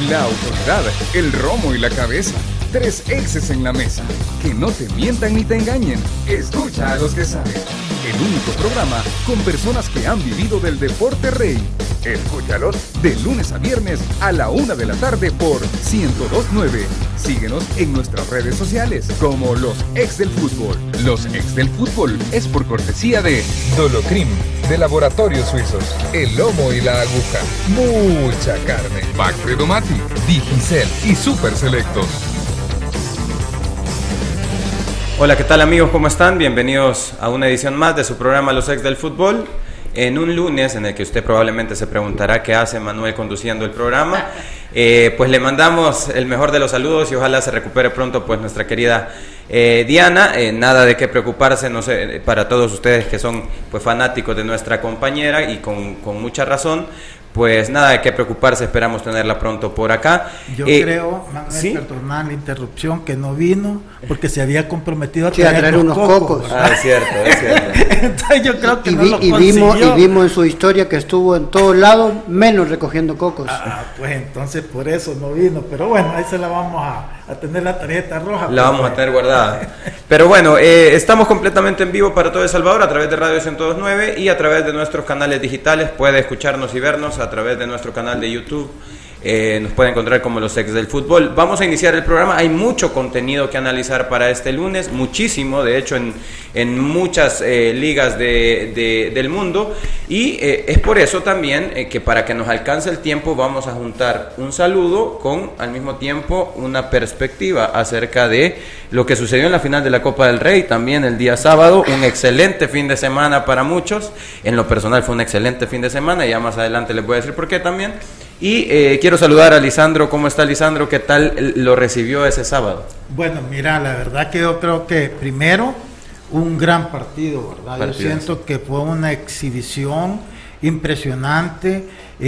la autoridad, el romo y la cabeza. Tres exes en la mesa. Que no te mientan ni te engañen. Escucha a los que saben. El único programa con personas que han vivido del deporte rey. Escúchalos de lunes a viernes a la 1 de la tarde por 102.9. Síguenos en nuestras redes sociales como Los Ex del Fútbol. Los Ex del Fútbol es por cortesía de Dolocrim, de Laboratorios Suizos, El Lomo y la Aguja, mucha carne, Bacfredo Mati, Digicel y Super Selectos. Hola, ¿qué tal amigos? ¿Cómo están? Bienvenidos a una edición más de su programa Los Ex del Fútbol. En un lunes en el que usted probablemente se preguntará qué hace Manuel conduciendo el programa, pues le mandamos el mejor de los saludos y ojalá se recupere pronto pues nuestra querida Diana. Nada de qué preocuparse, no sé, para todos ustedes que son pues fanáticos de nuestra compañera y con mucha razón. Pues nada de qué preocuparse, esperamos tenerla pronto por acá. Yo creo, Manuel, ¿sí? Perdona la interrupción, que no vino porque se había comprometido a traer unos cocos. Ah, es cierto. Entonces yo creo que no lo consiguió. Y vimos en su historia que estuvo en todos lados, menos recogiendo cocos. Pues entonces por eso no vino, pero bueno, ahí se la vamos a tener la tarjeta roja. La vamos a tener guardada. Pero bueno, estamos completamente en vivo para todo El Salvador a través de Radio 102.9 y a través de nuestros canales digitales. Puede escucharnos y vernos a través de nuestro canal de YouTube. Nos puede encontrar como Los Ex del Fútbol. Vamos a iniciar el programa. Hay mucho contenido que analizar para este lunes, muchísimo, de hecho en muchas ligas del mundo, y es por eso también que para que nos alcance el tiempo vamos a juntar un saludo con al mismo tiempo una perspectiva acerca de lo que sucedió en la final de la Copa del Rey también el día sábado. Un excelente fin de semana para muchos. En lo personal fue un excelente fin de semana, y ya más adelante les voy a decir por qué también. Y quiero saludar a Lisandro. ¿Cómo está, Lisandro? ¿Qué tal lo recibió ese sábado? Bueno, mira, la verdad que yo creo que primero un gran partido, ¿verdad? Yo siento que fue una exhibición impresionante.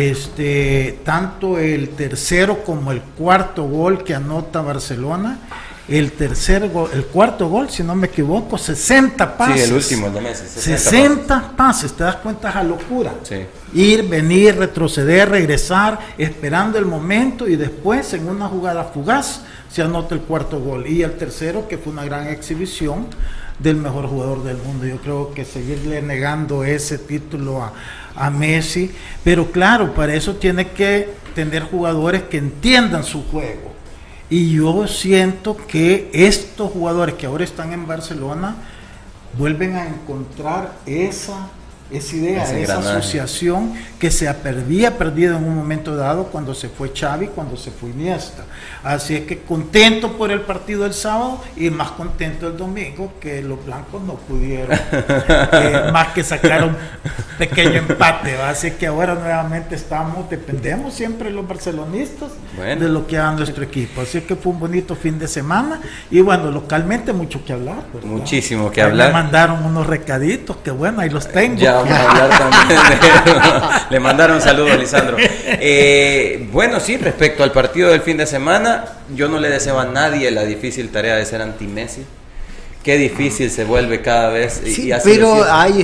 Tanto el tercero como el cuarto gol que anota Barcelona. El cuarto gol, si no me equivoco, 60 pases. Sí, el último, el de Messi. 60 pases, te das cuenta, es locura. Sí. Ir, venir, retroceder, regresar, esperando el momento, y después en una jugada fugaz se anota el cuarto gol. Y el tercero, que fue una gran exhibición del mejor jugador del mundo. Yo creo que seguirle negando ese título a Messi, pero claro, para eso tiene que tener jugadores que entiendan su juego. Y yo siento que estos jugadores que ahora están en Barcelona vuelven a encontrar esa idea, esa asociación que se había perdido en un momento dado cuando se fue Xavi, cuando se fue Iniesta. Así es que contento por el partido del sábado y más contento el domingo, que los blancos no pudieron más que sacar un pequeño empate, ¿va? Así que ahora nuevamente dependemos siempre los barcelonistas de lo que haga nuestro equipo. Así que fue un bonito fin de semana y bueno, localmente mucho que hablar, ¿verdad? Muchísimo que ahí hablar. Me mandaron unos recaditos que bueno, ahí los tengo. Ya vamos a hablar también le mandaron saludos a Lisandro. Bueno, sí, respecto al partido del fin de semana, yo no le deseo a nadie la difícil tarea de ser anti-Messi. Qué difícil se vuelve cada vez. Sí, pero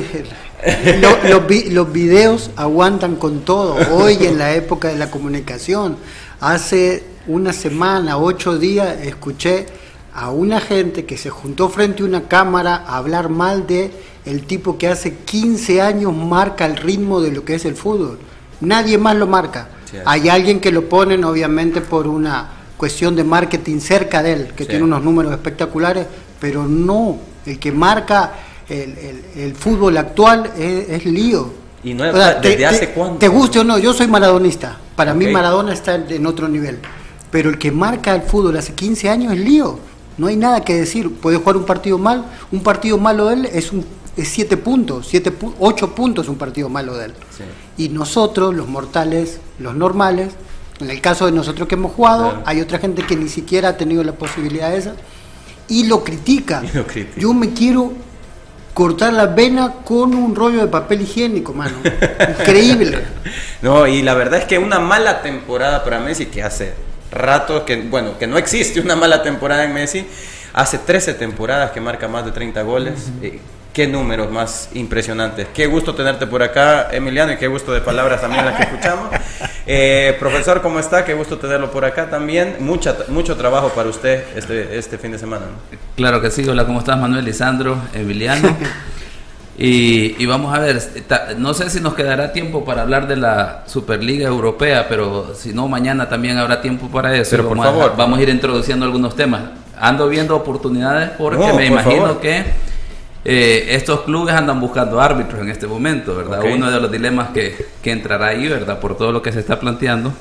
los videos aguantan con todo. Hoy en la época de la comunicación, hace una semana, 8 días, escuché a una gente que se juntó frente a una cámara a hablar mal de el tipo que hace 15 años marca el ritmo de lo que es el fútbol. Nadie más lo marca. Sí, hay alguien que lo ponen obviamente por una cuestión de marketing cerca de él, que tiene unos números espectaculares, pero no, el que marca el fútbol actual es Lío. ¿Y no desde hace cuánto? Te guste o no, yo soy maradonista. Para mí Maradona está en otro nivel. Pero el que marca el fútbol hace 15 años es Lío. No hay nada que decir. Puede jugar un partido mal. Un partido malo de él es 7 puntos. 8 puntos un partido malo de él. Sí. Y nosotros, los mortales, los normales, en el caso de nosotros que hemos jugado, hay otra gente que ni siquiera ha tenido la posibilidad esa. Y lo critica. Yo me quiero cortar la vena con un rollo de papel higiénico, mano. Increíble. No, y la verdad es que una mala temporada para Messi, que hace rato que no existe una mala temporada en Messi, hace 13 temporadas que marca más de 30 goles. qué números más impresionantes. Qué gusto tenerte por acá, Emiliano, y qué gusto de palabras también las que escuchamos. Profesor, ¿cómo está? Qué gusto tenerlo por acá también. Mucho trabajo para usted este fin de semana, ¿no? Claro que sí. Hola, ¿cómo estás, Manuel, Lisandro, Emiliano? Y vamos a ver, no sé si nos quedará tiempo para hablar de la Superliga Europea, pero si no, mañana también habrá tiempo para eso. Pero por favor. Vamos a ir introduciendo algunos temas. Ando viendo oportunidades porque me imagino que estos clubes andan buscando árbitros en este momento, ¿verdad? Okay. Uno de los dilemas que entrará ahí, ¿verdad? Por todo lo que se está planteando.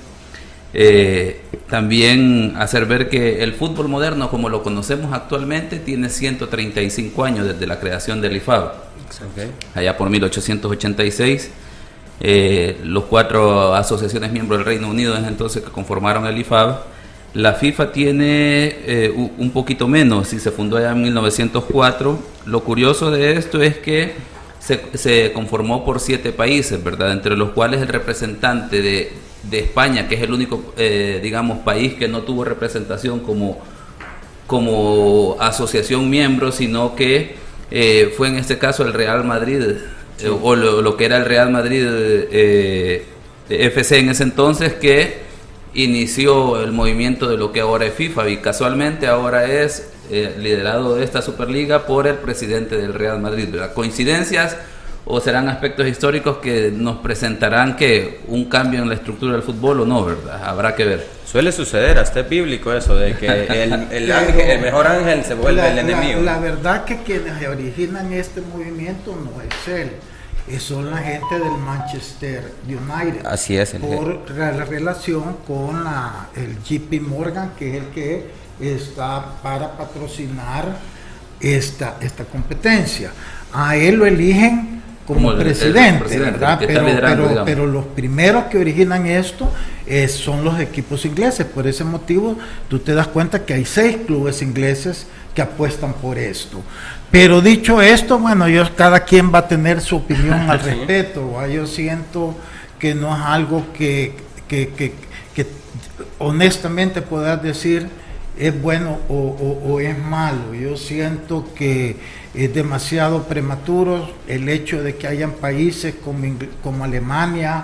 También hacer ver que el fútbol moderno, como lo conocemos actualmente, tiene 135 años desde la creación del IFAB. Okay. Allá por 1886, los 4 asociaciones miembros del Reino Unido en entonces que conformaron el IFAB. La FIFA tiene un poquito menos, si se fundó allá en 1904. Lo curioso de esto es que se conformó por 7 países, ¿verdad? Entre los cuales el representante de España, que es el único, digamos, país que no tuvo representación como asociación miembro, sino que fue en este caso el Real Madrid, o lo que era el Real Madrid FC en ese entonces, que inició el movimiento de lo que ahora es FIFA, y casualmente ahora es liderado de esta Superliga por el presidente del Real Madrid, ¿verdad? ¿Coincidencias o serán aspectos históricos que nos presentarán que un cambio en la estructura del fútbol o no, ¿verdad? Habrá que ver. Suele suceder, hasta es bíblico eso, de que el mejor ángel se vuelve el enemigo. La verdad que quienes originan este movimiento no es él, son la gente del Manchester United. Así es. Por la relación con el JP Morgan, que es el que está para patrocinar esta competencia. A él lo eligen como presidente, ¿verdad? Pero los primeros que originan esto son los equipos ingleses. Por ese motivo, tú te das cuenta que hay 6 clubes ingleses que apuestan por esto. Pero dicho esto, bueno, cada quien va a tener su opinión al respecto. Yo siento que no es algo que honestamente puedas decir es bueno o es malo. Yo siento que es demasiado prematuro el hecho de que hayan países como Alemania,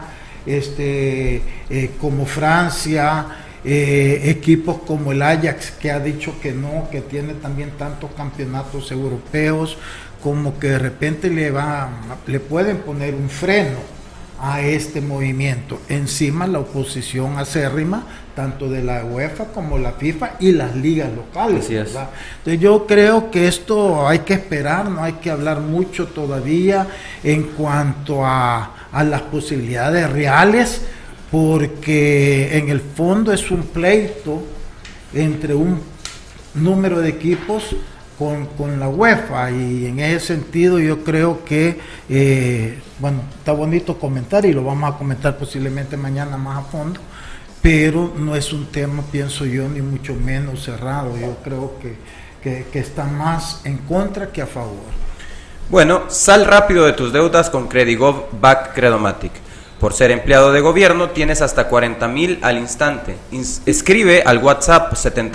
como Francia, equipos como el Ajax, que ha dicho que no, que tiene también tantos campeonatos europeos, como que de repente le pueden poner un freno a este movimiento. Encima la oposición acérrima tanto de la UEFA como la FIFA y las ligas locales, ¿verdad? Entonces yo creo que esto hay que esperar, no hay que hablar mucho todavía en cuanto a las posibilidades reales, porque en el fondo es un pleito entre un número de equipos con la UEFA, y en ese sentido yo creo que bueno, está bonito comentar y lo vamos a comentar posiblemente mañana más a fondo, pero no es un tema, pienso yo, ni mucho menos cerrado. Yo creo que está más en contra que a favor. Bueno, sal rápido de tus deudas con Credigov Back Credomatic. Por ser empleado de gobierno tienes hasta 40,000 al instante. Escribe al WhatsApp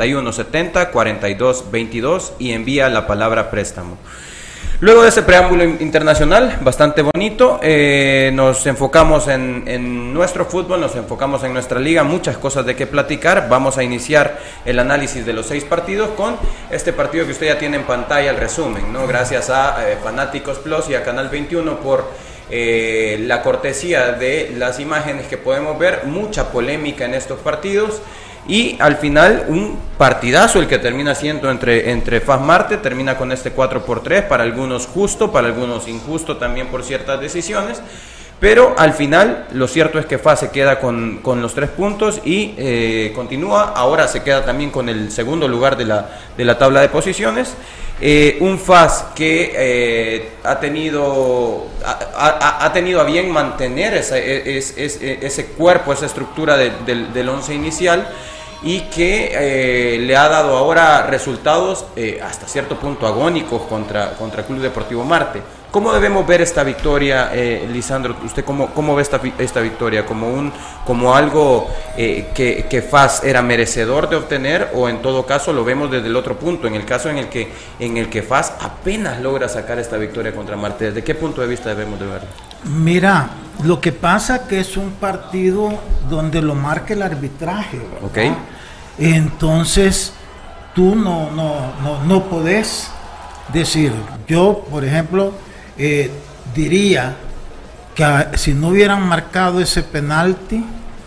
7170-4222 y envía la palabra préstamo. Luego de ese preámbulo internacional bastante bonito, nos enfocamos en nuestro fútbol, nos enfocamos en nuestra liga, muchas cosas de qué platicar. Vamos a iniciar el análisis de los 6 partidos con este partido que usted ya tiene en pantalla, el resumen, ¿no? Gracias a Fanáticos Plus y a Canal 21 por la cortesía de las imágenes que podemos ver. Mucha polémica en estos partidos y al final un partidazo el que termina siendo entre FAS Marte. Termina con este 4-3, para algunos justo, para algunos injusto también por ciertas decisiones, pero al final lo cierto es que FAS se queda con los 3 puntos y continúa. Ahora se queda también con el segundo lugar de la tabla de posiciones. Un FAS que ha tenido a bien mantener ese cuerpo, esa estructura del once inicial, y que le ha dado ahora resultados hasta cierto punto agónicos contra Club Deportivo Marte. ¿Cómo debemos ver esta victoria, Lisandro? ¿Usted cómo ve esta victoria? ¿Como algo que FAS era merecedor de obtener, o en todo caso lo vemos desde el otro punto, en el caso en el que FAS apenas logra sacar esta victoria contra Marte? ¿Desde qué punto de vista debemos de verlo? Mira, lo que pasa que es un partido donde lo marca el arbitraje, ¿verdad? Okay. Entonces tú no podés decir. Yo, por ejemplo, diría que si no hubieran marcado ese penalti,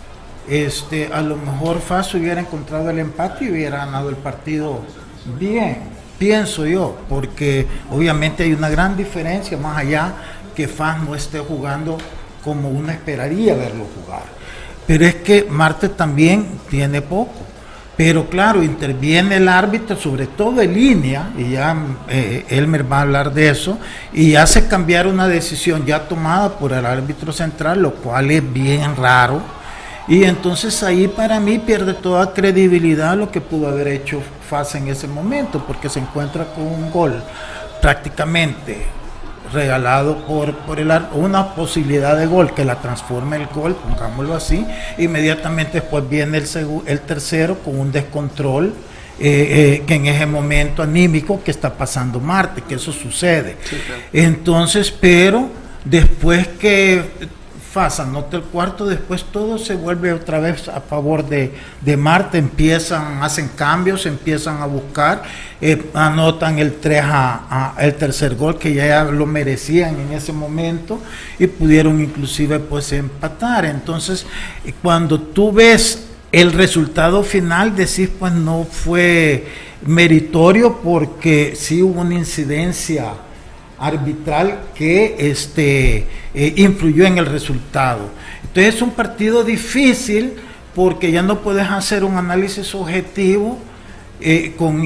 a lo mejor FAS hubiera encontrado el empate y hubiera ganado el partido bien, pienso yo, porque obviamente hay una gran diferencia, más allá que FAS no esté jugando como uno esperaría verlo jugar. Pero es que Marte también tiene poco. Pero claro, interviene el árbitro, sobre todo en línea, y ya Elmer va a hablar de eso, y hace cambiar una decisión ya tomada por el árbitro central, lo cual es bien raro. Y entonces ahí para mí pierde toda credibilidad lo que pudo haber hecho FAS en ese momento, porque se encuentra con un gol prácticamente regalado por una posibilidad de gol que la transforma el gol, pongámoslo así. Inmediatamente después viene el tercero con un descontrol que en ese momento anímico que está pasando Marte, que eso sucede. Sí, claro. Entonces, pero después que FAS anota el cuarto, después todo se vuelve otra vez a favor de Marte, hacen cambios, empiezan a buscar, anotan el tercer gol, que ya lo merecían en ese momento, y pudieron inclusive pues empatar. Entonces, cuando tú ves el resultado final, decís pues no fue meritorio, porque sí hubo una incidencia arbitral que influyó en el resultado. Entonces es un partido difícil, porque ya no puedes hacer un análisis objetivo con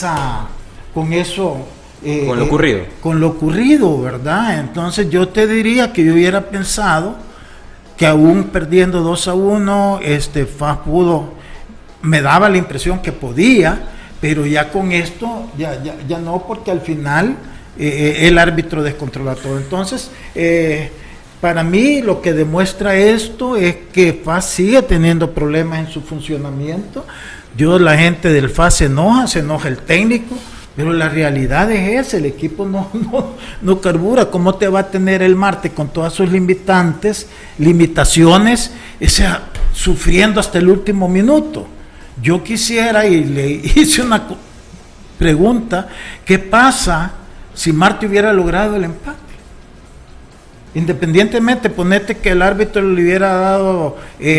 lo ocurrido, ¿verdad? Entonces yo te diría que yo hubiera pensado que aún perdiendo 2-1, FAS me daba la impresión que podía, pero ya con esto ya no, porque al final el árbitro descontrola todo. Entonces, para mí lo que demuestra esto es que FAS sigue teniendo problemas en su funcionamiento. La gente del FAS se enoja el técnico, pero la realidad es esa, el equipo no carbura. ¿Cómo te va a tener el Marte con todas sus limitaciones, sufriendo hasta el último minuto? Yo quisiera, y le hice una pregunta, ¿qué pasa si Marte hubiera logrado el empate? Independientemente, ponete que el árbitro le hubiera dado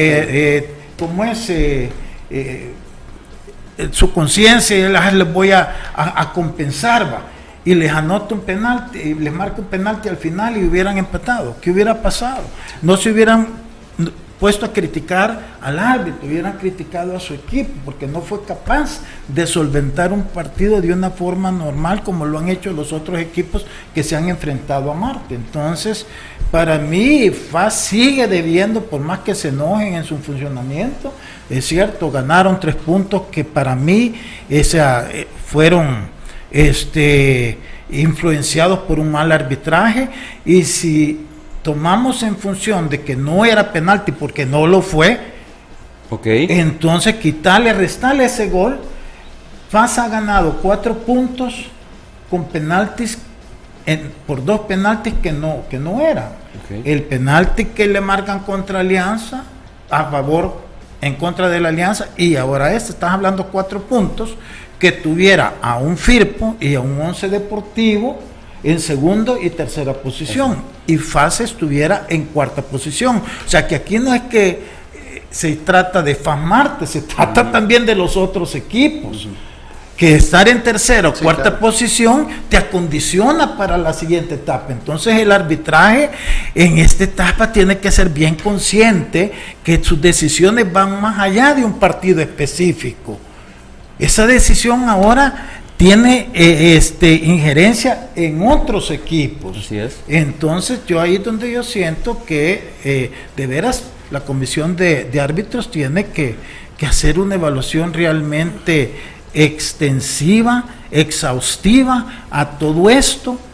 su conciencia, y les voy a compensar, y les anota un penalti, y les marca un penalti al final y hubieran empatado. ¿Qué hubiera pasado? No se hubieran puesto a criticar al árbitro, hubieran criticado a su equipo, porque no fue capaz de solventar un partido de una forma normal como lo han hecho los otros equipos que se han enfrentado a Marte. Entonces, para mí, FAS sigue debiendo, por más que se enojen en su funcionamiento. Es cierto, ganaron 3 puntos que para mí fueron influenciados por un mal arbitraje, y si tomamos en función de que no era penalti porque no lo fue, entonces quitarle, restarle ese gol. FAS ha ganado 4 puntos con penaltis, por 2 penaltis que no eran. El penalti que le marcan contra Alianza, en contra de la Alianza, y ahora estás hablando 4 puntos que tuviera a un Firpo y a un Once Deportivo en segundo y tercera posición, y FAS estuviera en cuarta posición. O sea que aquí no es que se trata de FAS Marte, se trata también de los otros equipos, que estar en tercera o cuarta posición te acondiciona para la siguiente etapa. Entonces el arbitraje en esta etapa tiene que ser bien consciente que sus decisiones van más allá de un partido específico. Esa decisión ahora tiene injerencia en otros equipos. Así es. Entonces ahí es donde yo siento que de veras la comisión de árbitros tiene que hacer una evaluación realmente extensiva, exhaustiva a todo esto,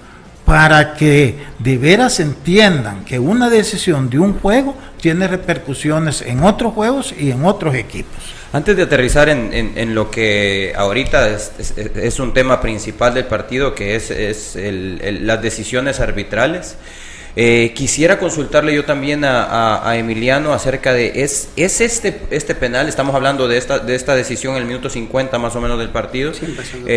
para que de veras entiendan que una decisión de un juego tiene repercusiones en otros juegos y en otros equipos. Antes de aterrizar en lo que ahorita es un tema principal del partido, que es las decisiones arbitrales, quisiera consultarle yo también a Emiliano acerca de, ¿es este penal? Estamos hablando de esta decisión en el minuto 50 más o menos del partido, sí,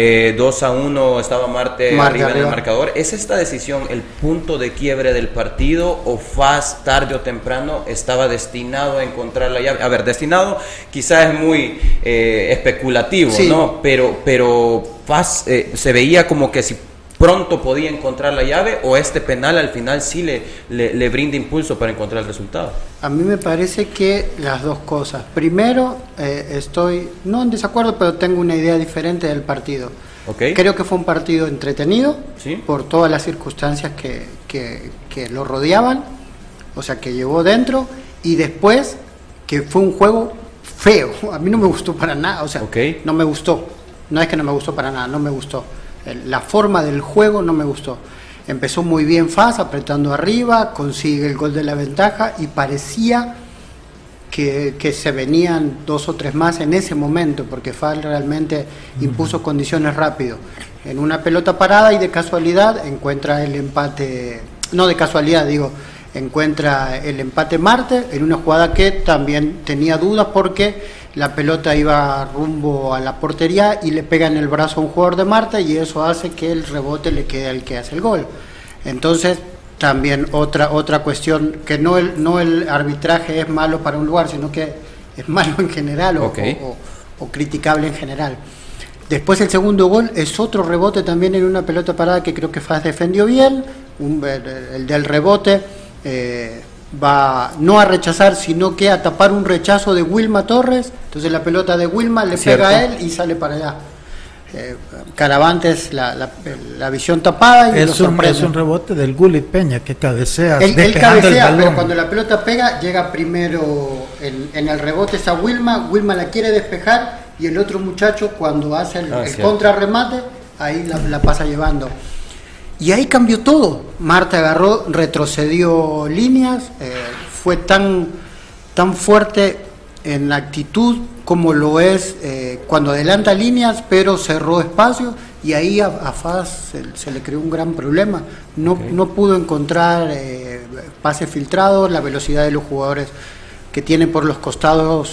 2-1 estaba Marte arriba en el marcador. ¿Es esta decisión el punto de quiebre del partido o FAS tarde o temprano estaba destinado a encontrar la llave? A ver, destinado quizás es muy especulativo, sí, ¿no? Pero FAS se veía como que si pronto podía encontrar la llave, o este penal al final sí le brinda impulso para encontrar el resultado. A mí me parece que las dos cosas. Primero, estoy no en desacuerdo, pero tengo una idea diferente del partido. Okay. Creo que fue un partido entretenido, ¿sí?, por todas las circunstancias que lo rodeaban, o sea, que llevó dentro, y después que fue un juego feo. A mí no me gustó para nada, o sea, okay, no me gustó. No es que no me gustó para nada, no me gustó. La forma del juego no me gustó. Empezó muy bien FAS, apretando arriba, consigue el gol de la ventaja y parecía que se venían 2 o 3 más en ese momento, porque FAS realmente impuso condiciones rápido. En una pelota parada y de casualidad encuentra el empate, no de casualidad digo, encuentra el empate Marte en una jugada que también tenía dudas porque la pelota iba rumbo a la portería y le pega en el brazo a un jugador de Marte y eso hace que el rebote le quede al que hace el gol. Entonces también otra cuestión, que no el arbitraje es malo para un lugar, sino que es malo en general o criticable en general. Después el segundo gol es otro rebote también en una pelota parada que creo que FAS defendió bien, el del rebote va no a rechazar, sino que a tapar un rechazo de Wilma Torres, entonces la pelota de Wilma le pega a él y sale para allá. Caravantes la visión tapada y es un rebote del Gullit Peña que cabecea. Él cabecea, pero cuando la pelota pega, llega primero en el rebote está Wilma la quiere despejar y el otro muchacho cuando hace el contrarremate, ahí la pasa llevando. Y ahí cambió todo. Marte agarró, retrocedió líneas, fue tan fuerte en la actitud como lo es cuando adelanta líneas, pero cerró espacio y ahí a FAS se le creó un gran problema. No pudo encontrar pases filtrados, la velocidad de los jugadores que tiene por los costados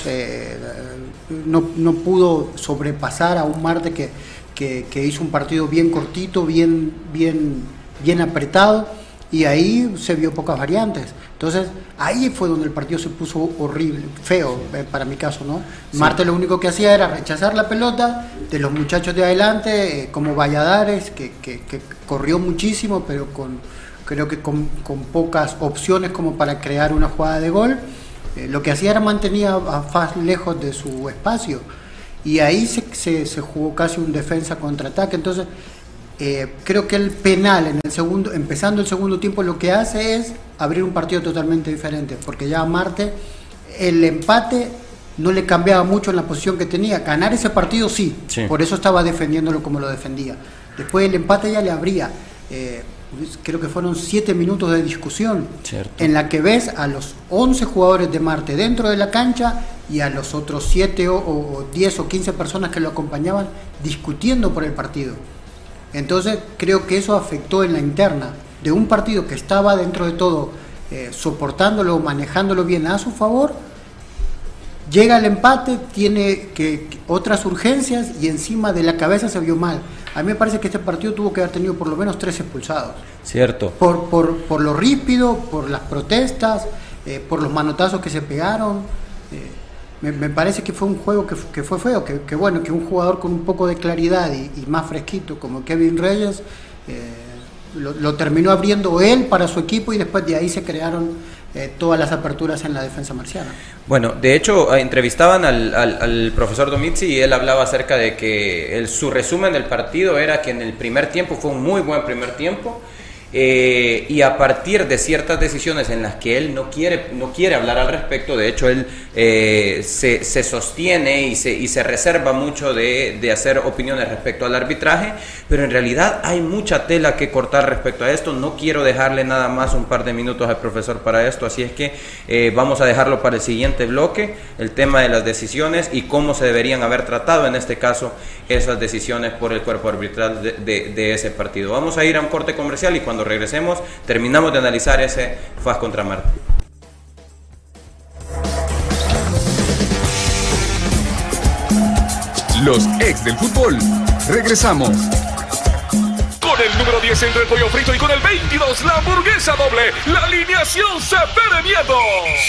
no pudo sobrepasar a un Marte que hizo un partido bien cortito, bien apretado, y ahí se vio pocas variantes. Entonces ahí fue donde el partido se puso horrible, feo para mi caso, ¿no? Sí. Marte lo único que hacía era rechazar la pelota de los muchachos de adelante, como Valladares, que corrió muchísimo, pero creo que con pocas opciones como para crear una jugada de gol. Lo que hacía era mantenía a FAS lejos de su espacio. Y ahí se jugó casi un defensa contra ataque. Entonces creo que el penal empezando el segundo tiempo, lo que hace es abrir un partido totalmente diferente, porque ya a Marte el empate no le cambiaba mucho en la posición que tenía. Ganar ese partido sí, por eso estaba defendiéndolo como lo defendía. Después el empate ya le abría. Creo que fueron 7 minutos de discusión, en la que ves a los 11 jugadores de Marte dentro de la cancha y a los otros 7 o 10 o 15 personas que lo acompañaban discutiendo por el partido. Entonces creo que eso afectó en la interna de un partido que estaba dentro de todo soportándolo, manejándolo bien a su favor. Llega el empate, tiene otras urgencias y encima de la cabeza se vio mal. A mí me parece que este partido tuvo que haber tenido por lo menos 3 expulsados. Cierto. Por lo ríspido, por las protestas, por los manotazos que se pegaron. Me parece que fue un juego que fue feo, que bueno, que un jugador con un poco de claridad y más fresquito como Kevin Reyes lo terminó abriendo él para su equipo y después de ahí se crearon todas las aperturas en la defensa marciana. Bueno, de hecho entrevistaban al profesor Domizzi y él hablaba acerca de que su resumen del partido era que en el primer tiempo fue un muy buen primer tiempo y a partir de ciertas decisiones en las que él no quiere hablar al respecto. De hecho, él se sostiene y se reserva mucho de hacer opiniones respecto al arbitraje, pero en realidad hay mucha tela que cortar respecto a esto. No quiero dejarle nada más un par de minutos al profesor para esto, así es que vamos a dejarlo para el siguiente bloque, el tema de las decisiones y cómo se deberían haber tratado en este caso esas decisiones por el cuerpo arbitral de ese partido. Vamos a ir a un corte comercial y cuando regresemos terminamos de analizar ese FAS contra Marte. Los ex del fútbol. Regresamos. Con el número 10 entre el pollo frito y con el 22 la hamburguesa doble, la alineación se pone miedo.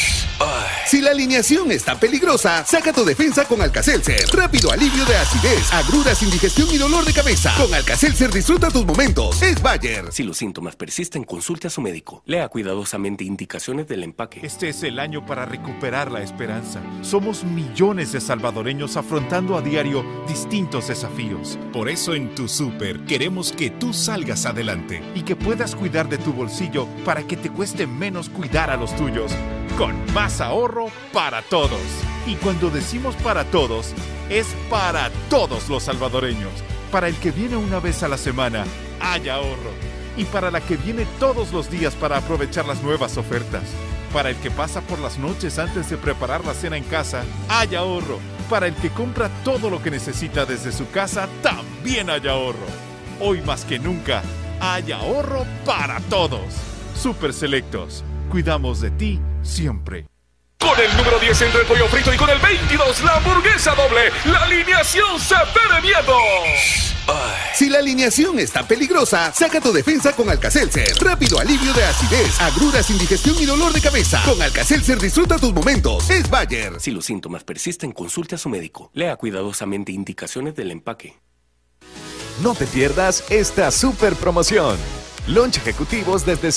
Si la alineación está peligrosa, saca tu defensa con Alka-Seltzer. Rápido alivio de acidez, agruras, indigestión y dolor de cabeza. Con Alka-Seltzer disfruta tus momentos. Es Bayer. Si los síntomas persisten, consulte a su médico. Lea cuidadosamente indicaciones del empaque. Este es el año para recuperar la esperanza. Somos millones de salvadoreños afrontando a diario distintos desafíos. Por eso en Tu Súper queremos que tú salgas adelante y que puedas cuidar de tu bolsillo para que te cueste menos cuidar a los tuyos. Con más ahorro para todos. Y cuando decimos para todos, es para todos los salvadoreños. Para el que viene una vez a la semana, hay ahorro. Y para la que viene todos los días para aprovechar las nuevas ofertas. Para el que pasa por las noches antes de preparar la cena en casa, hay ahorro. Para el que compra todo lo que necesita desde su casa, también hay ahorro. Hoy más que nunca, hay ahorro para todos. Super Selectos. Cuidamos de ti siempre. Con el número 10 entre el pollo frito y con el 22 la hamburguesa doble, la alineación se pone miedo. Si la alineación está peligrosa, saca tu defensa con Alka-Seltzer. Rápido alivio de acidez, agruras, indigestión y dolor de cabeza. Con Alka-Seltzer disfruta tus momentos. Es Bayer. Si los síntomas persisten, consulte a su médico. Lea cuidadosamente indicaciones del empaque. No te pierdas esta super promoción. Lunch ejecutivos desde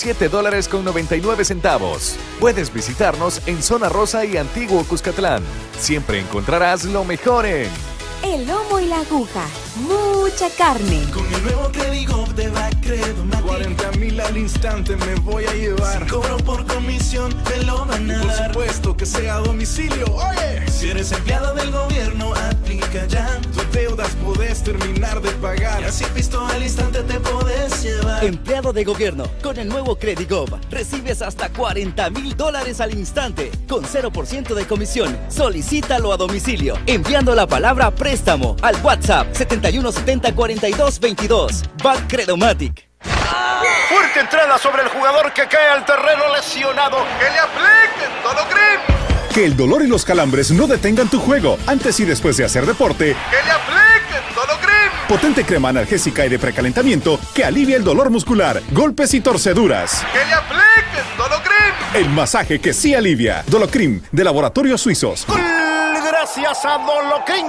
$7.99. Puedes visitarnos en Zona Rosa y Antiguo Cuscatlán. Siempre encontrarás lo mejor en el lomo y la aguja. Mucha carne. Con el nuevo Credigo de Bacredomatic, 40,000 al instante me voy a llevar. Si cobro por comisión, te lo van a dar. Por supuesto que sea a domicilio. Oye, si eres empleado del gobierno, aplica ya. Tus deudas podés terminar de pagar. Y así pisto al instante te podés llevar. Empleado de gobierno, con el nuevo Credigo recibes hasta $40,000 al instante, con 0% de comisión. Solicítalo a domicilio, enviando la palabra préstamo al WhatsApp 7170-4222. Bacredomatic. Fuerte entrada sobre el jugador que cae al terreno lesionado. ¡Que le apliquen Dolocrim! Que el dolor y los calambres no detengan tu juego antes y después de hacer deporte. ¡Que le apliquen Dolocrim! Potente crema analgésica y de precalentamiento que alivia el dolor muscular, golpes y torceduras. ¡Que le apliquen Dolocrim! El masaje que sí alivia. Dolocrim, de Laboratorios Suizos. Gracias a Dolocrim.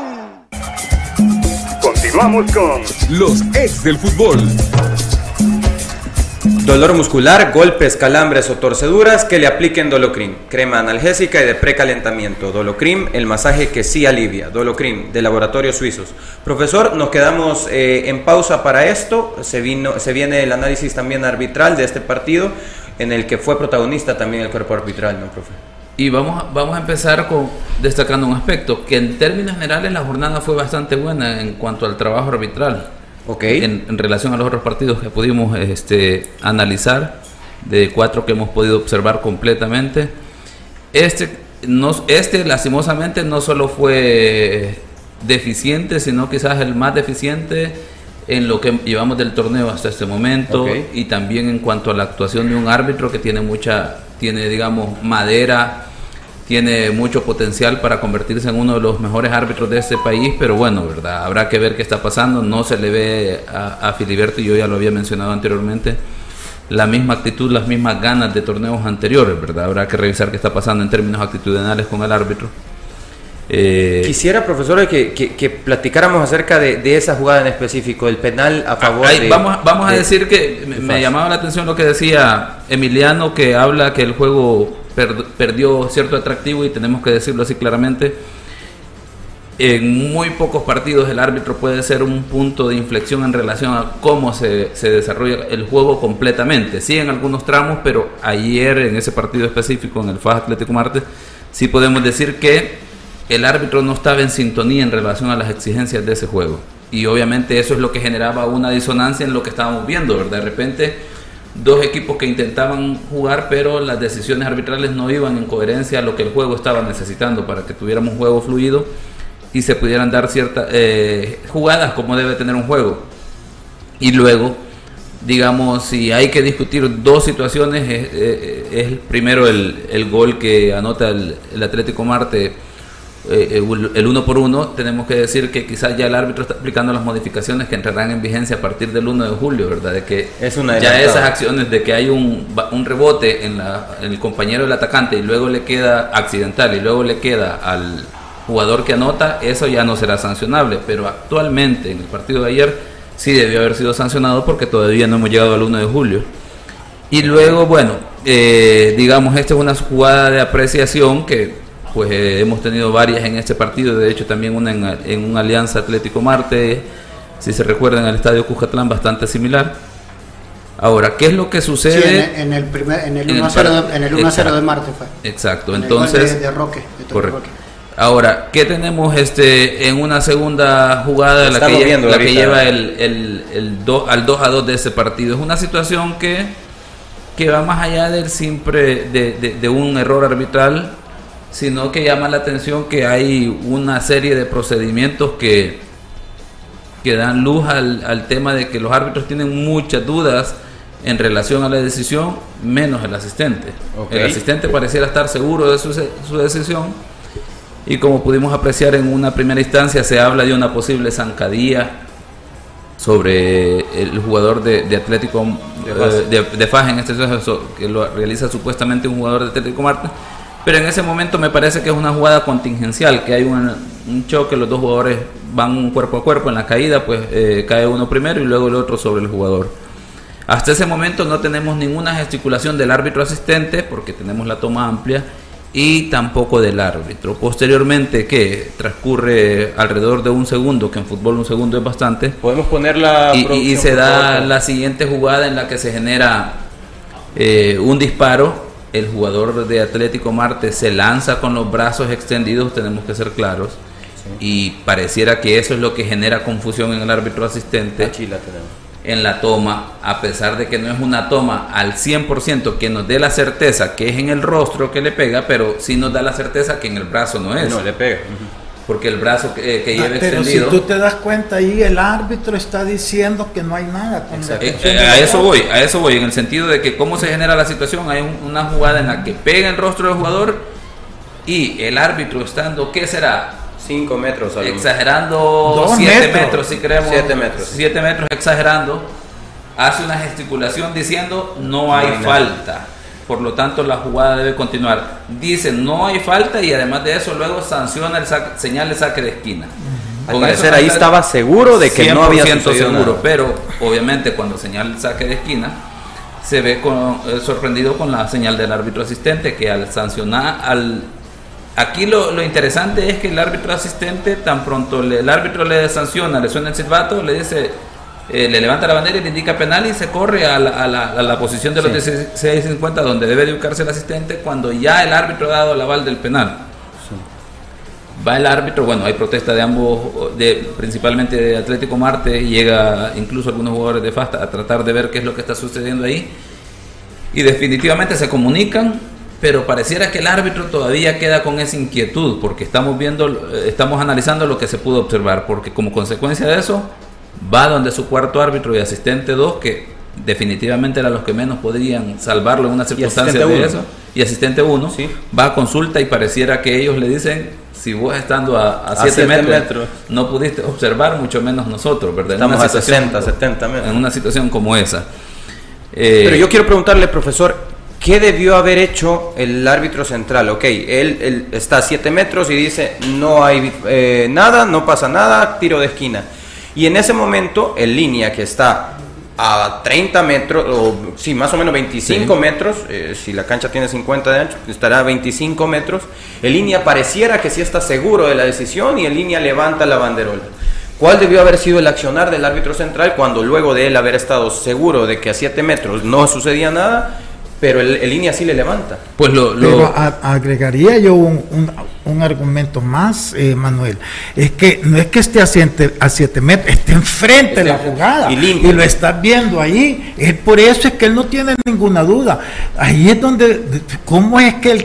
Continuamos con los ex del fútbol. Dolor muscular, golpes, calambres o torceduras, que le apliquen Dolocrim. Crema analgésica y de precalentamiento. Dolocrim, el masaje que sí alivia. Dolocrim, de Laboratorios Suizos. Profesor, nos quedamos en pausa para esto. Se viene el análisis también arbitral de este partido, en el que fue protagonista también el cuerpo arbitral, ¿no, profe? Y vamos a empezar destacando un aspecto, que en términos generales la jornada fue bastante buena en cuanto al trabajo arbitral. Okay. En relación a los otros partidos que pudimos analizar, de 4 que hemos podido observar completamente, este lastimosamente no solo fue deficiente, sino quizás el más deficiente en lo que llevamos del torneo hasta este momento. Okay. Y también en cuanto a la actuación de un árbitro que tiene digamos madera, tiene mucho potencial para convertirse en uno de los mejores árbitros de este país, pero bueno, ¿verdad? Habrá que ver qué está pasando. No se le ve a Filiberto, y yo ya lo había mencionado anteriormente, la misma actitud, las mismas ganas de torneos anteriores, ¿verdad? Habrá que revisar qué está pasando en términos actitudinales con el árbitro. Quisiera, profesor, que platicáramos acerca de esa jugada en específico, el penal a favor de... Vamos a decir que me llamaba la atención lo que decía Emiliano, que habla que el juego perdió cierto atractivo, y tenemos que decirlo así claramente. en muy pocos partidos el árbitro puede ser un punto de inflexión en relación a cómo se desarrolla el juego completamente. Sí, en algunos tramos, pero ayer en ese partido específico, en el FAS Atlético Marte, sí podemos decir que el árbitro no estaba en sintonía en relación a las exigencias de ese juego. Y obviamente eso es lo que generaba una disonancia en lo que estábamos viendo, ¿verdad? De repente, dos equipos que intentaban jugar, pero las decisiones arbitrales no iban en coherencia a lo que el juego estaba necesitando para que tuviéramos un juego fluido y se pudieran dar ciertas jugadas como debe tener un juego. Y luego, digamos, si hay que discutir dos situaciones, es primero el gol que anota el Atlético Marte, el 1-1. Tenemos que decir que quizás ya el árbitro está aplicando las modificaciones que entrarán en vigencia a partir del 1 de julio, ¿verdad? De que ya esas acciones de que hay un rebote en el compañero del atacante y luego le queda accidental y luego le queda al jugador que anota, eso ya no será sancionable, pero actualmente en el partido de ayer sí debió haber sido sancionado porque todavía no hemos llegado al 1 de julio. Y luego, bueno, digamos, esta es una jugada de apreciación que pues hemos tenido varias en este partido, de hecho también una en una Alianza Atlético Marte, si se recuerdan, en el Estadio Cuscatlán, bastante similar. Ahora, ¿qué es lo que sucede? Sí, en el 1-0 de Marte fue. Exacto, entonces de Roque, correcto. Roque. Ahora, ¿qué tenemos en una segunda jugada, la que lleva al 2-2 de ese partido? Es una situación que va más allá del simple de un error arbitral, sino que llama la atención que hay una serie de procedimientos que dan luz al tema de que los árbitros tienen muchas dudas en relación a la decisión, menos el asistente. Okay. El asistente pareciera estar seguro de su decisión, y como pudimos apreciar en una primera instancia, se habla de una posible zancadilla sobre el jugador de Atlético de FAS, en este caso, que lo realiza supuestamente un jugador de Atlético Marte. Pero en ese momento me parece que es una jugada contingencial, que hay un choque, los dos jugadores van cuerpo a cuerpo en la caída, pues cae uno primero y luego el otro sobre el jugador. Hasta ese momento no tenemos ninguna gesticulación del árbitro asistente, porque tenemos la toma amplia, y tampoco del árbitro. Posteriormente, que transcurre alrededor de un segundo, que en fútbol un segundo es bastante, podemos ponerla y se da la siguiente jugada en la que se genera un disparo. El jugador de Atlético Marte se lanza con los brazos extendidos, tenemos que ser claros, y pareciera que eso es lo que genera confusión en el árbitro asistente en la toma, a pesar de que no es una toma al 100% que nos dé la certeza que es en el rostro que le pega, pero sí nos da la certeza que en el brazo no es. No le pega. Porque el brazo que lleva pero extendido... si tú te das cuenta ahí, el árbitro está diciendo que no hay nada. A eso voy, en el sentido de que cómo se genera la situación. Hay una jugada en la que pega el rostro del jugador y el árbitro estando, ¿qué será? 5 metros. Exagerando, 7 metros, si queremos. 7 metros. 7 metros exagerando, hace una gesticulación diciendo no hay falta. Por lo tanto, la jugada debe continuar. Dice no hay falta y además de eso luego sanciona señal de saque de esquina. Al parecer ahí estaba seguro de que no había sucedido seguro, nada. Pero obviamente cuando señala el saque de esquina se ve sorprendido con la señal del árbitro asistente, que al sancionar aquí lo interesante es que el árbitro asistente, tan pronto el árbitro le sanciona, le suena el silbato, le dice, le levanta la bandera y le indica penal y se corre a la posición de los 16.50 donde debe de ubicarse el asistente cuando ya el árbitro ha dado el aval del penal. Va el árbitro, bueno, hay protesta de ambos, principalmente de Atlético Marte, y llega incluso algunos jugadores de FAS a tratar de ver qué es lo que está sucediendo ahí, y definitivamente se comunican, pero pareciera que el árbitro todavía queda con esa inquietud, porque estamos analizando lo que se pudo observar, porque como consecuencia de eso va donde su cuarto árbitro y asistente 2, que definitivamente eran los que menos podrían salvarlo en una circunstancia de eso, y asistente 1, va a consulta y pareciera que ellos le dicen, si vos estando a 7 metros no pudiste observar, mucho menos nosotros, ¿verdad? Estamos a 60, 70 metros. En una situación como esa. Pero yo quiero preguntarle, profesor, ¿qué debió haber hecho el árbitro central? Ok, él está a 7 metros y dice, no hay nada, no pasa nada, tiro de esquina. Y en ese momento, el línea que está a 30 metros, o sí, más o menos 25 metros, si la cancha tiene 50 de ancho, estará a 25 metros. En línea pareciera que sí está seguro de la decisión y en línea levanta la banderola. ¿Cuál debió haber sido el accionar del árbitro central cuando luego de él haber estado seguro de que a 7 metros no sucedía nada, pero el línea sí le levanta? Pues agregaría yo un argumento más, Manuel. Es que no es que esté a 7 metros, esté enfrente de la jugada y lo estás viendo ahí. Es por eso es que él no tiene ninguna duda. Ahí es donde, ¿cómo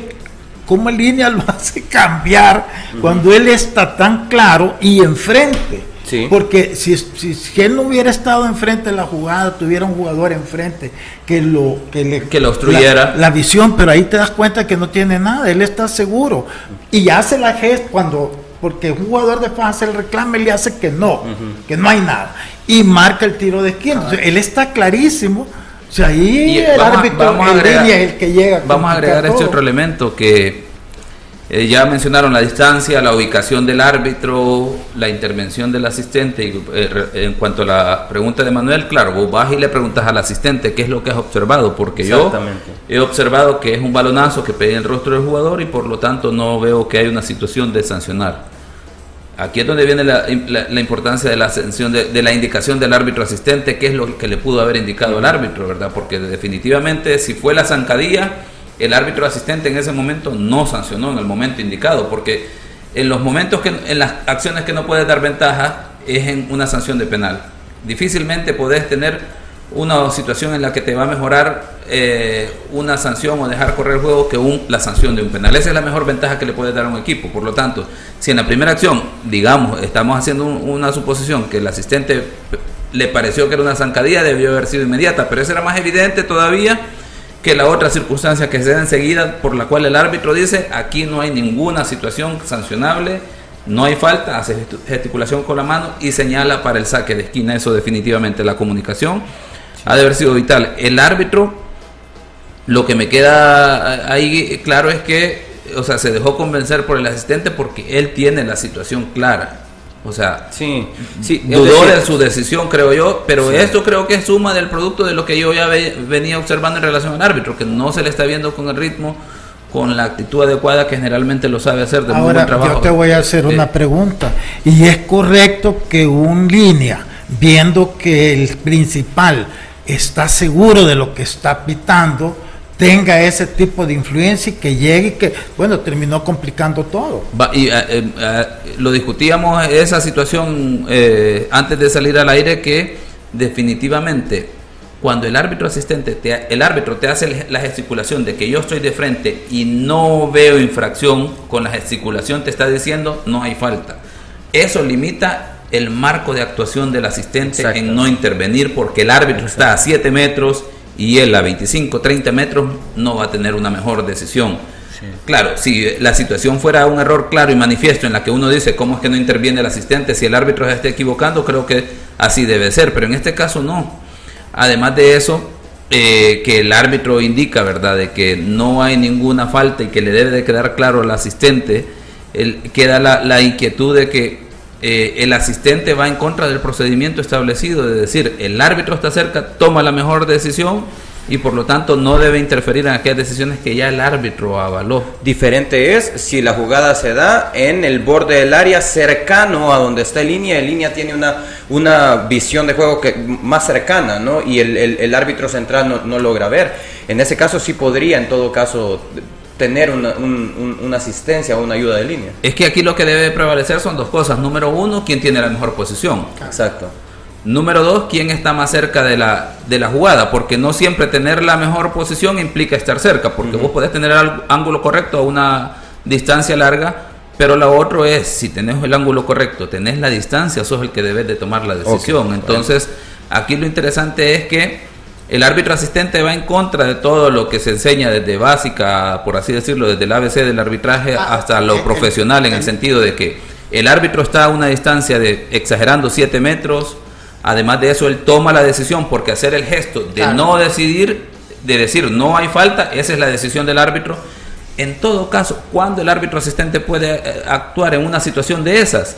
el línea lo hace cambiar cuando él está tan claro y enfrente? Sí. Porque si él no hubiera estado enfrente de la jugada, tuviera un jugador enfrente que lo obstruyera la visión, pero ahí te das cuenta que no tiene nada, él está seguro y hace la gesta porque un jugador de FAS hace el reclamo y le hace que no hay nada y marca el tiro de esquina. Entonces, él está clarísimo. O sea, ahí el árbitro en línea es el que llega. Vamos a agregar este otro elemento que ya mencionaron: la distancia, la ubicación del árbitro, la intervención del asistente. Y en cuanto a la pregunta de Manuel, claro, vos vas y le preguntas al asistente qué es lo que has observado, porque yo he observado que es un balonazo que pega en el rostro del jugador y por lo tanto no veo que hay una situación de sancionar. Aquí es donde viene la importancia de la sanción, de la indicación del árbitro asistente, qué es lo que le pudo haber indicado al árbitro, ¿verdad? Porque definitivamente si fue la zancadilla, el árbitro asistente en ese momento no sancionó en el momento indicado, porque en los momentos en las acciones que no puedes dar ventaja es en una sanción de penal. Difícilmente podés tener una situación en la que te va a mejorar una sanción o dejar correr el juego que la sanción de un penal. Esa es la mejor ventaja que le puedes dar a un equipo. Por lo tanto, si en la primera acción, digamos, estamos haciendo una suposición que el asistente le pareció que era una zancadilla, debió haber sido inmediata, pero eso era más evidente todavía que la otra circunstancia que se da enseguida, por la cual el árbitro dice: aquí no hay ninguna situación sancionable, no hay falta, hace gesticulación con la mano y señala para el saque de esquina. Eso definitivamente, la comunicación ha de haber sido vital. El árbitro, lo que me queda ahí claro es que, o sea, se dejó convencer por el asistente porque él tiene la situación clara. O sea, dudó de su decisión, creo yo, pero esto creo que es suma del producto de lo que yo ya venía observando en relación al árbitro, que no se le está viendo con el ritmo, con la actitud adecuada que generalmente lo sabe hacer de muy buen trabajo. Yo te voy a hacer una pregunta, y es correcto que un línea, viendo que el principal está seguro de lo que está pitando, tenga ese tipo de influencia y que llegue y que, bueno, terminó complicando todo. Lo discutíamos esa situación antes de salir al aire, que definitivamente cuando el árbitro asistente, el árbitro te hace la gesticulación de que yo estoy de frente y no veo infracción, con la gesticulación te está diciendo no hay falta. Eso limita el marco de actuación del asistente en no intervenir, porque el árbitro está a 7 metros y él a 25, 30 metros no va a tener una mejor decisión. Claro, si la situación fuera un error claro y manifiesto en la que uno dice cómo es que no interviene el asistente, si el árbitro se está equivocando, creo que así debe ser, pero en este caso no. Además de eso, que el árbitro indica, ¿verdad?, de que no hay ninguna falta y que le debe de quedar claro al asistente, queda la inquietud de que el asistente va en contra del procedimiento establecido, de decir, el árbitro está cerca, toma la mejor decisión y por lo tanto no debe interferir en aquellas decisiones que ya el árbitro avaló. Diferente es si la jugada se da en el borde del área cercano a donde está el línea tiene una visión de juego más cercana, ¿no? Y el árbitro central no logra ver. En ese caso sí podría, en todo caso, tener una asistencia o una ayuda de línea. Es que aquí lo que debe prevalecer son dos cosas. Número uno, quién tiene la mejor posición. Exacto. Número dos, quién está más cerca de la jugada, porque no siempre tener la mejor posición implica estar cerca, porque vos podés tener el ángulo correcto a una distancia larga, pero lo otro es, si tenés el ángulo correcto, tenés la distancia, sos el que debes de tomar la decisión. Entonces, aquí lo interesante es que el árbitro asistente va en contra de todo lo que se enseña desde básica, por así decirlo, desde el ABC del arbitraje hasta lo profesional, en el sentido de que el árbitro está a una distancia de, exagerando, 7 metros. Además de eso, él toma la decisión, porque hacer el gesto de no decidir, de decir no hay falta, esa es la decisión del árbitro. En todo caso, cuando el árbitro asistente puede actuar en una situación de esas,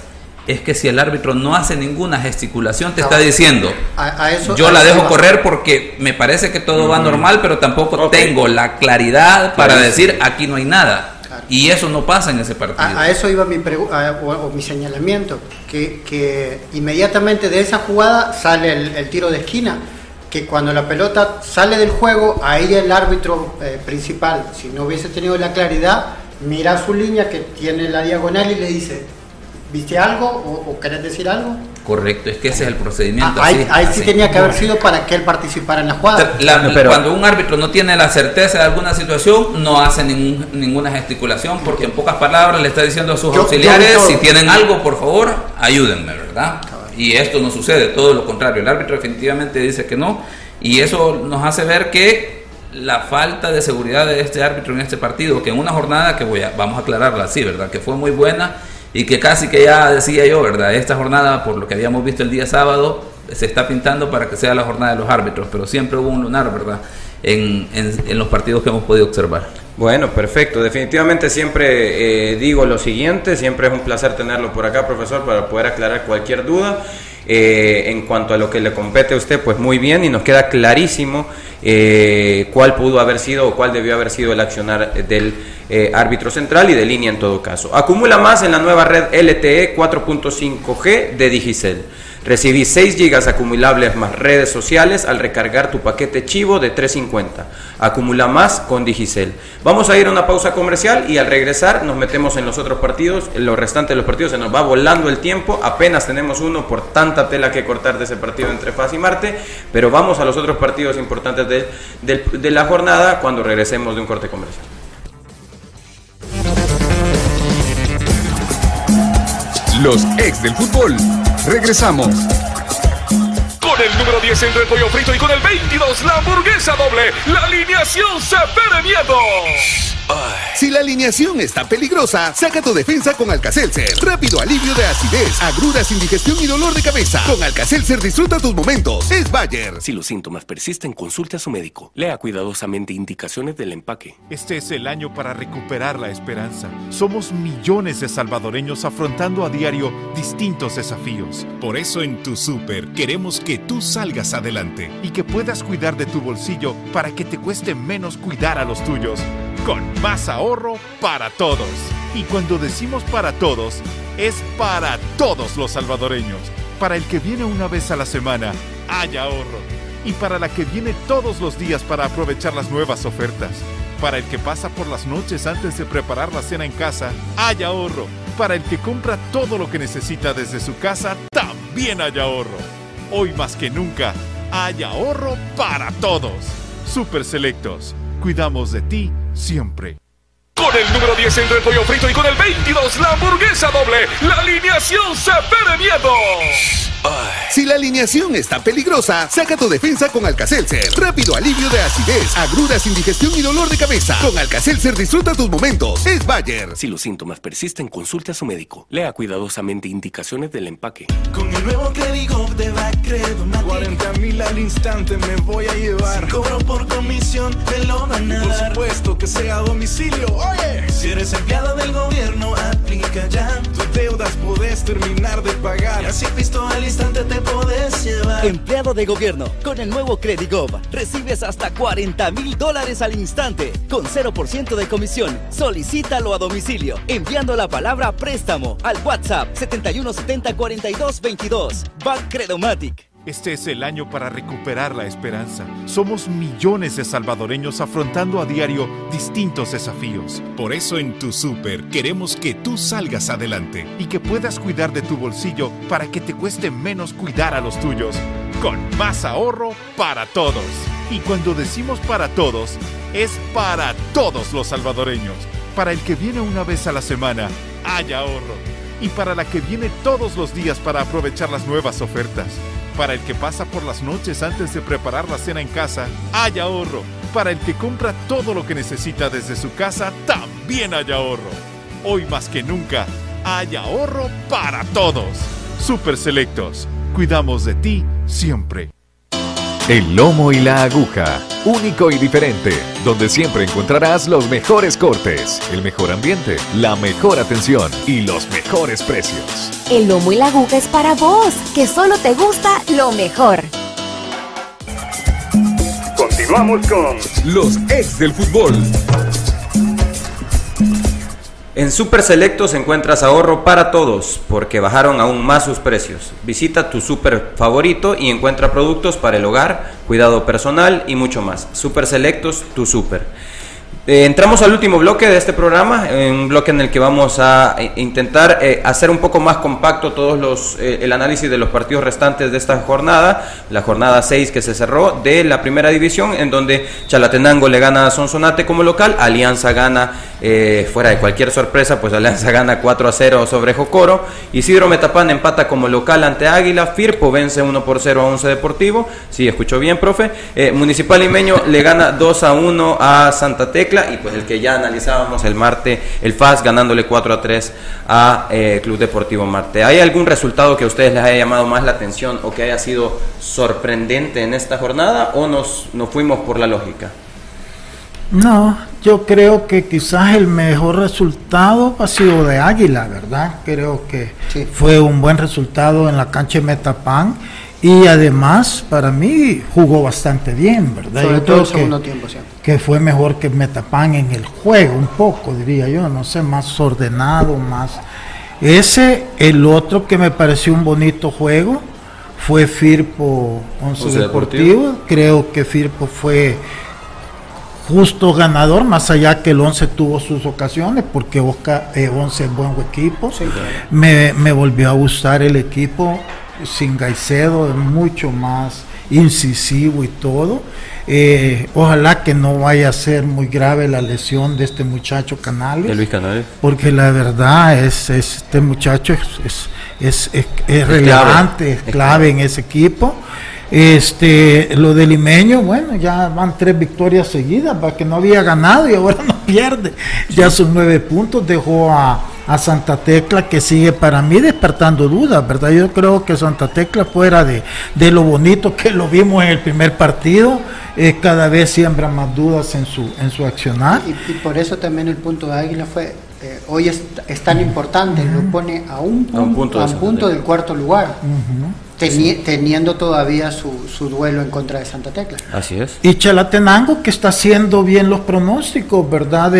es que si el árbitro no hace ninguna gesticulación, te está diciendo, eso, yo la dejo correr porque me parece que todo va normal, pero tampoco tengo la claridad para decir aquí no hay nada. Claro. Y eso no pasa en ese partido. A eso iba mi señalamiento, que inmediatamente de esa jugada sale el tiro de esquina, que cuando la pelota sale del juego, ahí el árbitro principal, si no hubiese tenido la claridad, mira su línea que tiene la diagonal y le dice, ¿viste algo o querés decir algo? Correcto, es que ese es el procedimiento. Ahí sí tenía que haber sido para que él participara en la jugada. Cuando un árbitro no tiene la certeza de alguna situación, no hace ninguna gesticulación, porque en pocas palabras le está diciendo a sus auxiliares, si tienen algo, por favor, ayúdenme, ¿verdad? Y esto no sucede, todo lo contrario, el árbitro definitivamente dice que no, y eso nos hace ver que la falta de seguridad de este árbitro en este partido, que en una jornada que vamos a aclararla así, ¿verdad? Que fue muy buena y que casi que ya decía yo, ¿verdad? Esta jornada, por lo que habíamos visto el día sábado, se está pintando para que sea la jornada de los árbitros, pero siempre hubo un lunar, ¿verdad? En los partidos que hemos podido observar. Bueno, perfecto. Definitivamente siempre digo lo siguiente, siempre es un placer tenerlo por acá, profesor, para poder aclarar cualquier duda. En cuanto a lo que le compete a usted, pues muy bien, y nos queda clarísimo cuál pudo haber sido o cuál debió haber sido el accionar del árbitro central y de línea en todo caso. Acumula más en la nueva red LTE 4.5G de Digicel. Recibí 6 GB acumulables más redes sociales al recargar tu paquete chivo de 350. Acumula más con Digicel. Vamos a ir a una pausa comercial y al regresar nos metemos en los otros partidos. En los restantes de los partidos se nos va volando el tiempo. Apenas tenemos uno por tanta tela que cortar de ese partido entre FAS y Marte. Pero vamos a los otros partidos importantes de la jornada cuando regresemos de un corte comercial. Los ex del fútbol. Regresamos. Con el número 10 entre el pollo frito y con el 22 la hamburguesa doble. La alineación se pone miedo. Si la alineación está peligrosa, saca tu defensa con Alka-Seltzer. Rápido alivio de acidez, agruras, indigestión y dolor de cabeza. Con Alka-Seltzer disfruta tus momentos. Es Bayer. Si los síntomas persisten, consulte a su médico. Lea cuidadosamente indicaciones del empaque. Este es el año para recuperar la esperanza. Somos millones de salvadoreños afrontando a diario distintos desafíos. Por eso en Tu Súper queremos que tú salgas adelante y que puedas cuidar de tu bolsillo para que te cueste menos cuidar a los tuyos. Con más ahorro para todos. Y cuando decimos para todos, es para todos los salvadoreños. Para el que viene una vez a la semana, hay ahorro. Y para la que viene todos los días para aprovechar las nuevas ofertas. Para el que pasa por las noches antes de preparar la cena en casa, hay ahorro. Para el que compra todo lo que necesita desde su casa, también hay ahorro. Hoy más que nunca, hay ahorro para todos. Super Selectos. Cuidamos de ti siempre. Con el número 10 entre el pollo frito y con el 22 la hamburguesa doble. La alineación se pone miedo. Si la alineación está peligrosa, saca tu defensa con Alka-Seltzer. Rápido alivio de acidez, agruras, indigestión y dolor de cabeza. Con Alka-Seltzer disfruta tus momentos. Es Bayer. Si los síntomas persisten, consulte a su médico. Lea cuidadosamente indicaciones del empaque. Con el nuevo Credigob de Bacredomatic, 40,000 al instante me voy a llevar. Si cobro por comisión, me lo van a Por dar. supuesto que sea a domicilio. Oye, Si eres empleado del gobierno, aplica ya. tus deudas podés terminar de pagar. Y así visto al instante te podés llevar. Empleado de gobierno, con el nuevo Credigob, recibes hasta $40,000 al instante, con 0% de comisión. Solicítalo a domicilio, enviando la palabra préstamo al WhatsApp 7170-4222. Bacredomatic. Este es el año para recuperar la esperanza. Somos millones de salvadoreños afrontando a diario distintos desafíos. Por eso en Tu Súper queremos que tú salgas adelante y que puedas cuidar de tu bolsillo para que te cueste menos cuidar a los tuyos. Con más ahorro para todos. Y cuando decimos para todos, es para todos los salvadoreños. Para el que viene una vez a la semana, hay ahorro. Y para la que viene todos los días para aprovechar las nuevas ofertas. Para el que pasa por las noches antes de preparar la cena en casa, hay ahorro. Para el que compra todo lo que necesita desde su casa, también hay ahorro. Hoy más que nunca, hay ahorro para todos. Super Selectos. Cuidamos de ti siempre. El lomo y la aguja, único y diferente, donde siempre encontrarás los mejores cortes, el mejor ambiente, la mejor atención y los mejores precios. El lomo y la aguja es para vos, que solo te gusta lo mejor. Continuamos con los ex del fútbol. En Super Selectos encuentras ahorro para todos, porque bajaron aún más sus precios. Visita tu super favorito y encuentra productos para el hogar, cuidado personal y mucho más. Super Selectos, tu super. Entramos al último bloque de este programa, un bloque en el que vamos a intentar hacer un poco más compacto el análisis de los partidos restantes de esta jornada, la jornada 6 que se cerró de la primera división, en donde Chalatenango le gana a Sonsonate como local, Alianza gana, fuera de cualquier sorpresa, pues Alianza gana 4-0 sobre Jocoro, Isidro Metapán empata como local ante Águila, Firpo vence 1-0 a Once Deportivo, sí, escuchó bien, profe, Municipal Limeño le gana 2-1 a Santa Tecla, y pues el que ya analizábamos el Marte, el FAS ganándole 4-3 a Club Deportivo Marte. ¿Hay algún resultado que a ustedes les haya llamado más la atención o que haya sido sorprendente en esta jornada, o nos fuimos por la lógica? No, yo creo que quizás el mejor resultado ha sido de Águila, ¿verdad? Creo que sí, fue un buen resultado en la cancha de Metapán. Y además, para mí, jugó bastante bien, ¿verdad? Sobre yo todo creo el segundo tiempo, sí, que fue mejor que Metapán en el juego, un poco, diría yo, no sé, más ordenado, más... El otro que me pareció un bonito juego fue Firpo Once Deportivo. Creo que Firpo fue justo ganador, más allá que el Once tuvo sus ocasiones, porque Once es buen equipo. Sí, claro. Me volvió a gustar el equipo sin Gaicedo, mucho más incisivo y todo. Ojalá que no vaya a ser muy grave la lesión de este muchacho Canales, de Luis Canales, porque la verdad este muchacho es relevante, es clave en ese equipo. Lo de Limeño, bueno, ya van 3 victorias seguidas, para que no había ganado y ahora no pierde, ya son 9 puntos, dejó a Santa Tecla, que sigue para mí despertando dudas, ¿verdad? Yo creo que Santa Tecla, fuera de lo bonito que lo vimos en el primer partido, cada vez siembra más dudas en su accionar. Y por eso también el punto de Águila fue, hoy es tan importante, lo pone a un punto del cuarto lugar. Teniendo todavía su duelo en contra de Santa Tecla. Así es. Y Chalatenango, que está haciendo bien los pronósticos, ¿verdad?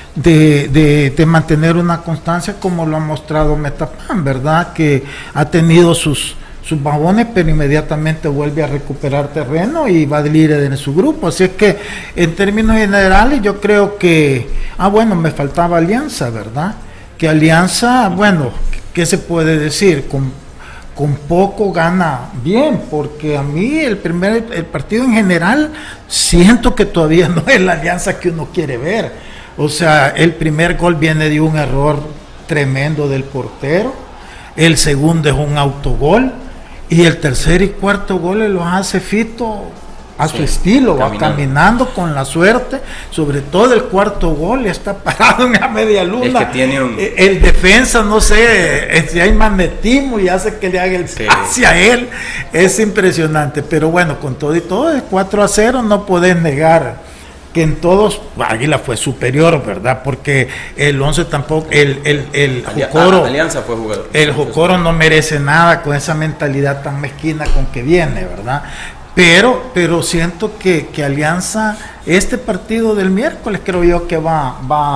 De mantener una constancia, como lo ha mostrado Metapán, ¿verdad? Que ha tenido sus bajones, pero inmediatamente vuelve a recuperar terreno y va de líder en su grupo. Así es que, en términos generales, yo creo que... bueno, me faltaba Alianza, ¿verdad? Que Alianza, bueno, ¿qué se puede decir? Con poco gana bien, porque a mí el partido en general siento que todavía no es la Alianza que uno quiere ver. O sea, el primer gol viene de un error tremendo del portero, el segundo es un autogol y el tercer y cuarto goles los hace Fito a su estilo, va caminando con la suerte. Sobre todo el cuarto gol está parado en la media luna. Es que tiene el defensa, no sé si hay magnetismo y hace que le haga el pase a él. Es impresionante, pero bueno, con todo y todo, es 4-0, no podés negar que en todos Águila fue superior, ¿verdad? Porque el Once tampoco, el Jocoro, Alianza fue jugador. El Jocoro no merece nada con esa mentalidad tan mezquina con que viene, ¿verdad? Pero siento que Alianza, este partido del miércoles, creo yo que va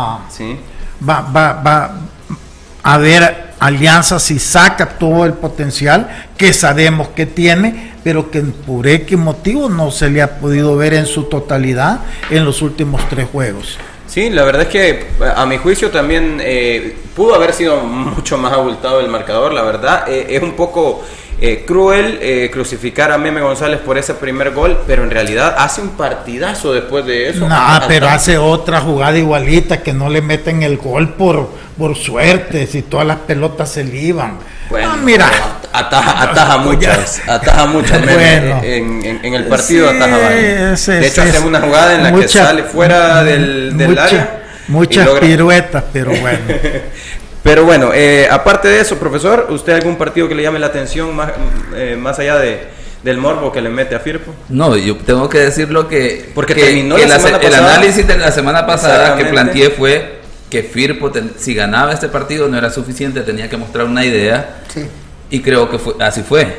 a ver Alianza si saca todo el potencial que sabemos que tiene, pero que por X motivo no se le ha podido ver en su totalidad en los últimos 3 juegos. Sí, la verdad es que a mi juicio también pudo haber sido mucho más abultado el marcador, la verdad. Es un poco cruel crucificar a Meme González por ese primer gol, pero en realidad hace un partidazo después de eso. No, pero hace otra jugada igualita, que no le meten el gol por suerte, si todas las pelotas se le iban. Bueno, mira, ataja muchas bueno, en el partido, sí, ataja varias. De hecho, hace una jugada en la que sale fuera del área. Muchas piruetas, pero bueno. Pero bueno, aparte de eso, profesor, ¿usted algún partido que le llame la atención más allá de del morbo que le mete a Firpo. No, yo tengo que decirlo que... Porque terminó la semana el pasada. análisis de la semana pasada que planteé fue que Firpo, si ganaba este partido no era suficiente, tenía que mostrar una idea. Sí. Y creo que así fue.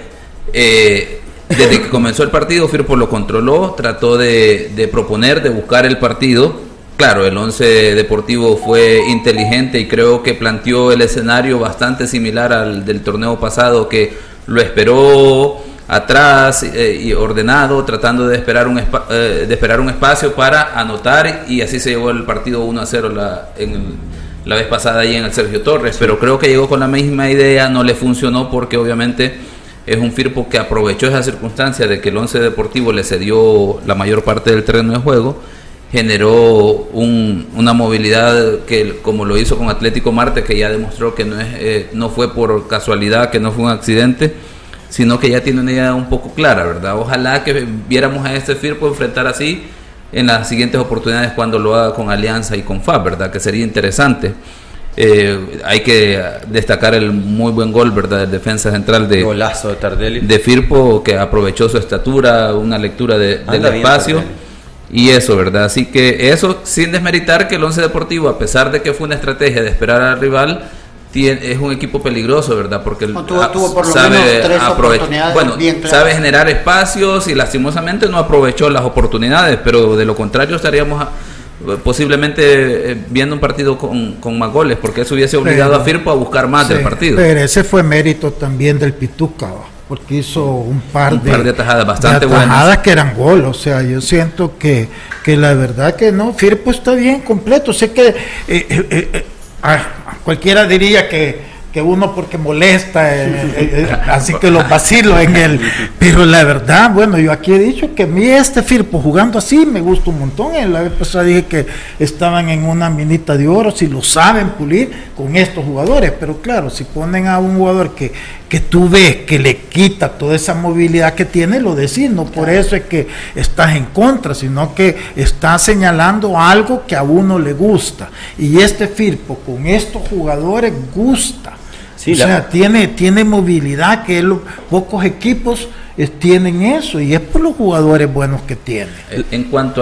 Desde que comenzó el partido, Firpo lo controló, trató de proponer, de buscar el partido. Claro, el Once Deportivo fue inteligente y creo que planteó el escenario bastante similar al del torneo pasado, que lo esperó atrás y ordenado, tratando de esperar un espacio para anotar, y así se llevó el partido 1-0 la vez pasada ahí en el Sergio Torres. Sí. Pero creo que llegó con la misma idea, no le funcionó porque obviamente es un Firpo que aprovechó esa circunstancia de que el Once Deportivo le cedió la mayor parte del terreno de juego, generó una movilidad que, como lo hizo con Atlético Marte, que ya demostró que no fue por casualidad, que no fue un accidente, sino que ya tiene una idea un poco clara, ¿verdad? Ojalá que viéramos a este Firpo enfrentar así en las siguientes oportunidades cuando lo haga con Alianza y con FAB, ¿verdad? Que sería interesante. Hay que destacar el muy buen gol, ¿verdad?, del defensa central golazo de Tardelli, de Firpo, que aprovechó su estatura, una lectura del espacio y eso, ¿verdad? Así que eso, sin desmeritar que el Once Deportivo, a pesar de que fue una estrategia de esperar al rival, es un equipo peligroso, ¿verdad? Porque tuvo por lo menos 3 oportunidades bien claras. Sabe generar espacios y lastimosamente no aprovechó las oportunidades, pero de lo contrario estaríamos posiblemente viendo un partido con más goles, porque eso hubiese obligado a Firpo a buscar más del partido. Pero ese fue mérito también del Pituca, porque hizo un par de atajadas bastante buenas que eran gol. O sea, yo siento que la verdad que no, Firpo está bien completo. Sé que cualquiera diría que uno porque molesta, así que los vacilo pero la verdad, bueno, yo aquí he dicho que a mí este Firpo jugando así me gusta un montón. En la vez pasada dije que estaban en una minita de oro, si lo saben pulir con estos jugadores, pero claro, si ponen a un jugador que tú ves que le quita toda esa movilidad que tiene, lo decís, no por eso es que estás en contra, sino que estás señalando algo que a uno le gusta, y este Firpo con estos jugadores gusta. Sí, o sea, tiene movilidad, que pocos equipos tienen eso, y es por los jugadores buenos que tiene. En cuanto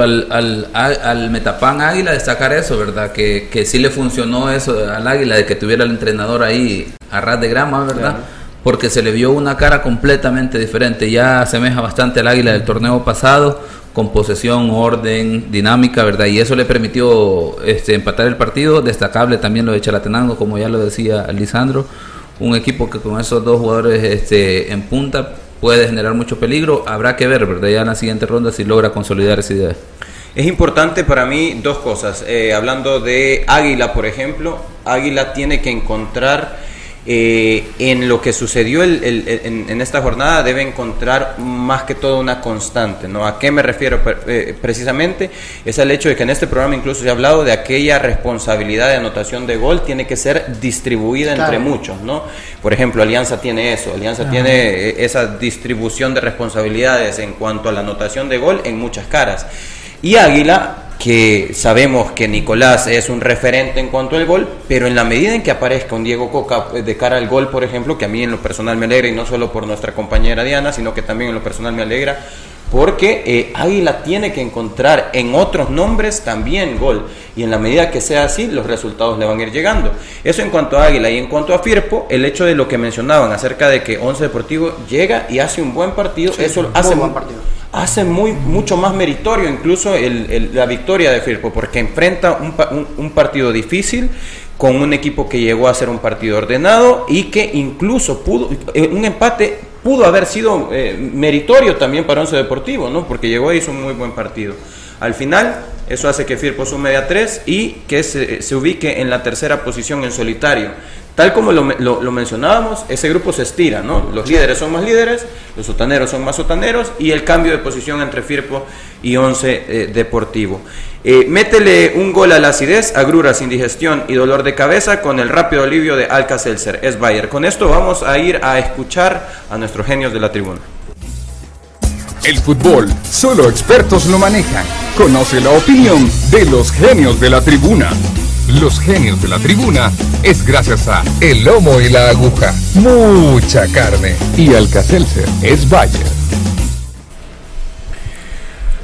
al Metapan Águila, destacar eso, ¿verdad? Que sí le funcionó eso al Águila, de que tuviera el entrenador ahí a ras de grama, ¿verdad? Claro. Porque se le vio una cara completamente diferente, ya asemeja bastante al Águila del torneo pasado, con posesión, orden, dinámica, ¿verdad? Y eso le permitió empatar el partido. Destacable también lo de Chalatenango, como ya lo decía Lisandro, un equipo que con esos dos jugadores en punta puede generar mucho peligro. Habrá que ver, ¿verdad?, ya en la siguiente ronda si logra consolidar esa idea. Es importante para mí dos cosas. Hablando de Águila, por ejemplo, Águila tiene que encontrar en lo que sucedió en esta jornada, debe encontrar más que todo una constante, ¿no? ¿A qué me refiero? Precisamente es el hecho de que en este programa incluso se ha hablado de aquella responsabilidad de anotación de gol, tiene que ser distribuida entre muchos, ¿no? Por ejemplo, Alianza tiene eso, tiene esa distribución de responsabilidades en cuanto a la anotación de gol en muchas caras. Y Águila, que sabemos que Nicolás es un referente en cuanto al gol, pero en la medida en que aparezca un Diego Coca de cara al gol, por ejemplo, que a mí en lo personal me alegra, y no solo por nuestra compañera Diana, sino que también en lo personal me alegra, porque Águila tiene que encontrar en otros nombres también gol, y en la medida que sea así, los resultados le van a ir llegando. Eso en cuanto a Águila. Y en cuanto a Firpo, el hecho de lo que mencionaban acerca de que Once Deportivo llega y hace un buen partido, sí, eso hace mucho más meritorio incluso la victoria de Firpo, porque enfrenta un partido difícil con un equipo que llegó a ser un partido ordenado, y que incluso un empate pudo haber sido meritorio también para Once Deportivo, ¿no? Porque llegó y hizo un muy buen partido. Al final, eso hace que Firpo sume de a 3 y que se ubique en la tercera posición en solitario. Tal como lo mencionábamos, ese grupo se estira, ¿no? Los líderes son más líderes, los sotaneros son más sotaneros, y el cambio de posición entre Firpo y Once Deportivo. Métele un gol a la acidez, agruras, indigestión y dolor de cabeza con el rápido alivio de Alka-Seltzer. Es Bayer. Con esto vamos a ir a escuchar a nuestros genios de la tribuna. El fútbol, solo expertos lo manejan. Conoce la opinión de los genios de la tribuna. Los genios de la tribuna es gracias a El Lomo y la Aguja. Mucha carne. Y Alka-Seltzer es Bayer.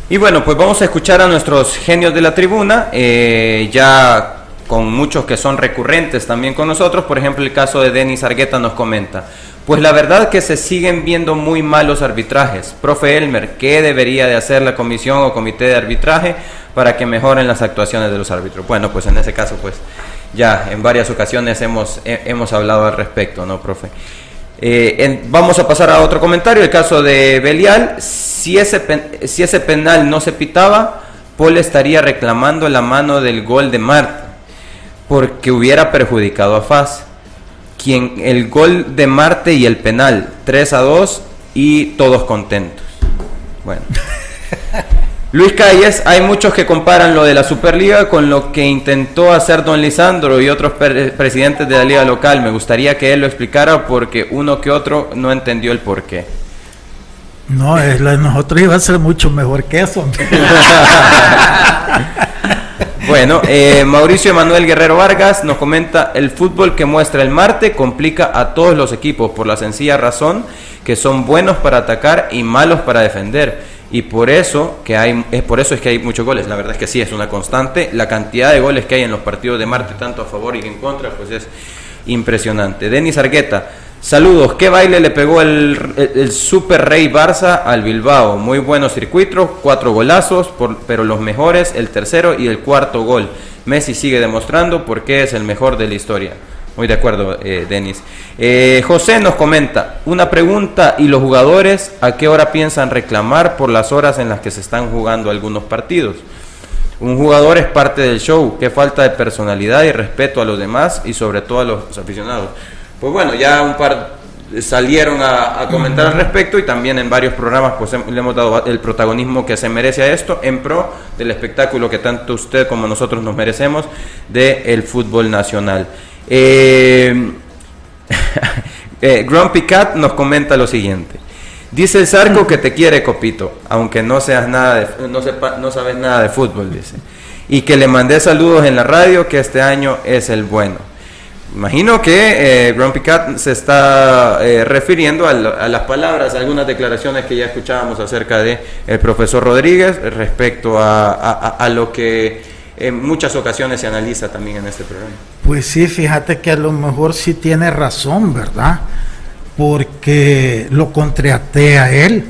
Y bueno, pues vamos a escuchar a nuestros genios de la tribuna, ya con muchos que son recurrentes también con nosotros. Por ejemplo, el caso de Denis Argueta nos comenta: pues la verdad que se siguen viendo muy malos arbitrajes. Profe Elmer, ¿qué debería de hacer la comisión o comité de arbitraje para que mejoren las actuaciones de los árbitros? Bueno, pues en ese caso, pues ya en varias ocasiones hemos hablado al respecto, ¿no, profe? Vamos a pasar a otro comentario, el caso de Belial. Si ese penal no se pitaba, Paul estaría reclamando la mano del gol de Marte, porque hubiera perjudicado a FAS. El gol de Marte y el penal, 3-2 y todos contentos. Bueno. Luis Calles: hay muchos que comparan lo de la Superliga con lo que intentó hacer don Lisandro y otros presidentes de la liga local. Me gustaría que él lo explicara porque uno que otro no entendió el porqué. No, la de nosotros iba a ser mucho mejor que eso. Bueno, Mauricio Emanuel Guerrero Vargas nos comenta: el fútbol que muestra el Marte complica a todos los equipos por la sencilla razón que son buenos para atacar y malos para defender. Y por eso es que hay muchos goles. La verdad es que sí, es una constante. La cantidad de goles que hay en los partidos de Marte, tanto a favor y en contra, pues es impresionante. Denis Argueta: saludos, ¿qué baile le pegó el Super Rey Barça al Bilbao? Muy buenos circuitos, 4 golazos, pero los mejores, el tercero y el cuarto gol. Messi sigue demostrando por qué es el mejor de la historia. Muy de acuerdo, Denis. José nos comenta: una pregunta, ¿y los jugadores a qué hora piensan reclamar por las horas en las que se están jugando algunos partidos? Un jugador es parte del show. Qué falta de personalidad y respeto a los demás y sobre todo a los aficionados. Pues bueno, ya un par salieron a comentar al respecto, y también en varios programas pues le hemos dado el protagonismo que se merece a esto, en pro del espectáculo que tanto usted como nosotros nos merecemos del fútbol nacional. Grumpy Cat nos comenta lo siguiente: dice el Zarco que te quiere, Copito, aunque no sabes nada de fútbol, dice, y que le mandé saludos en la radio, que este año es el bueno. Imagino que Grumpy Cat se está refiriendo a las palabras, a algunas declaraciones que ya escuchábamos acerca de el profesor Rodríguez respecto a lo que en muchas ocasiones se analiza también en este programa. Pues sí, fíjate que a lo mejor sí tiene razón, ¿verdad? Porque lo contraté a él.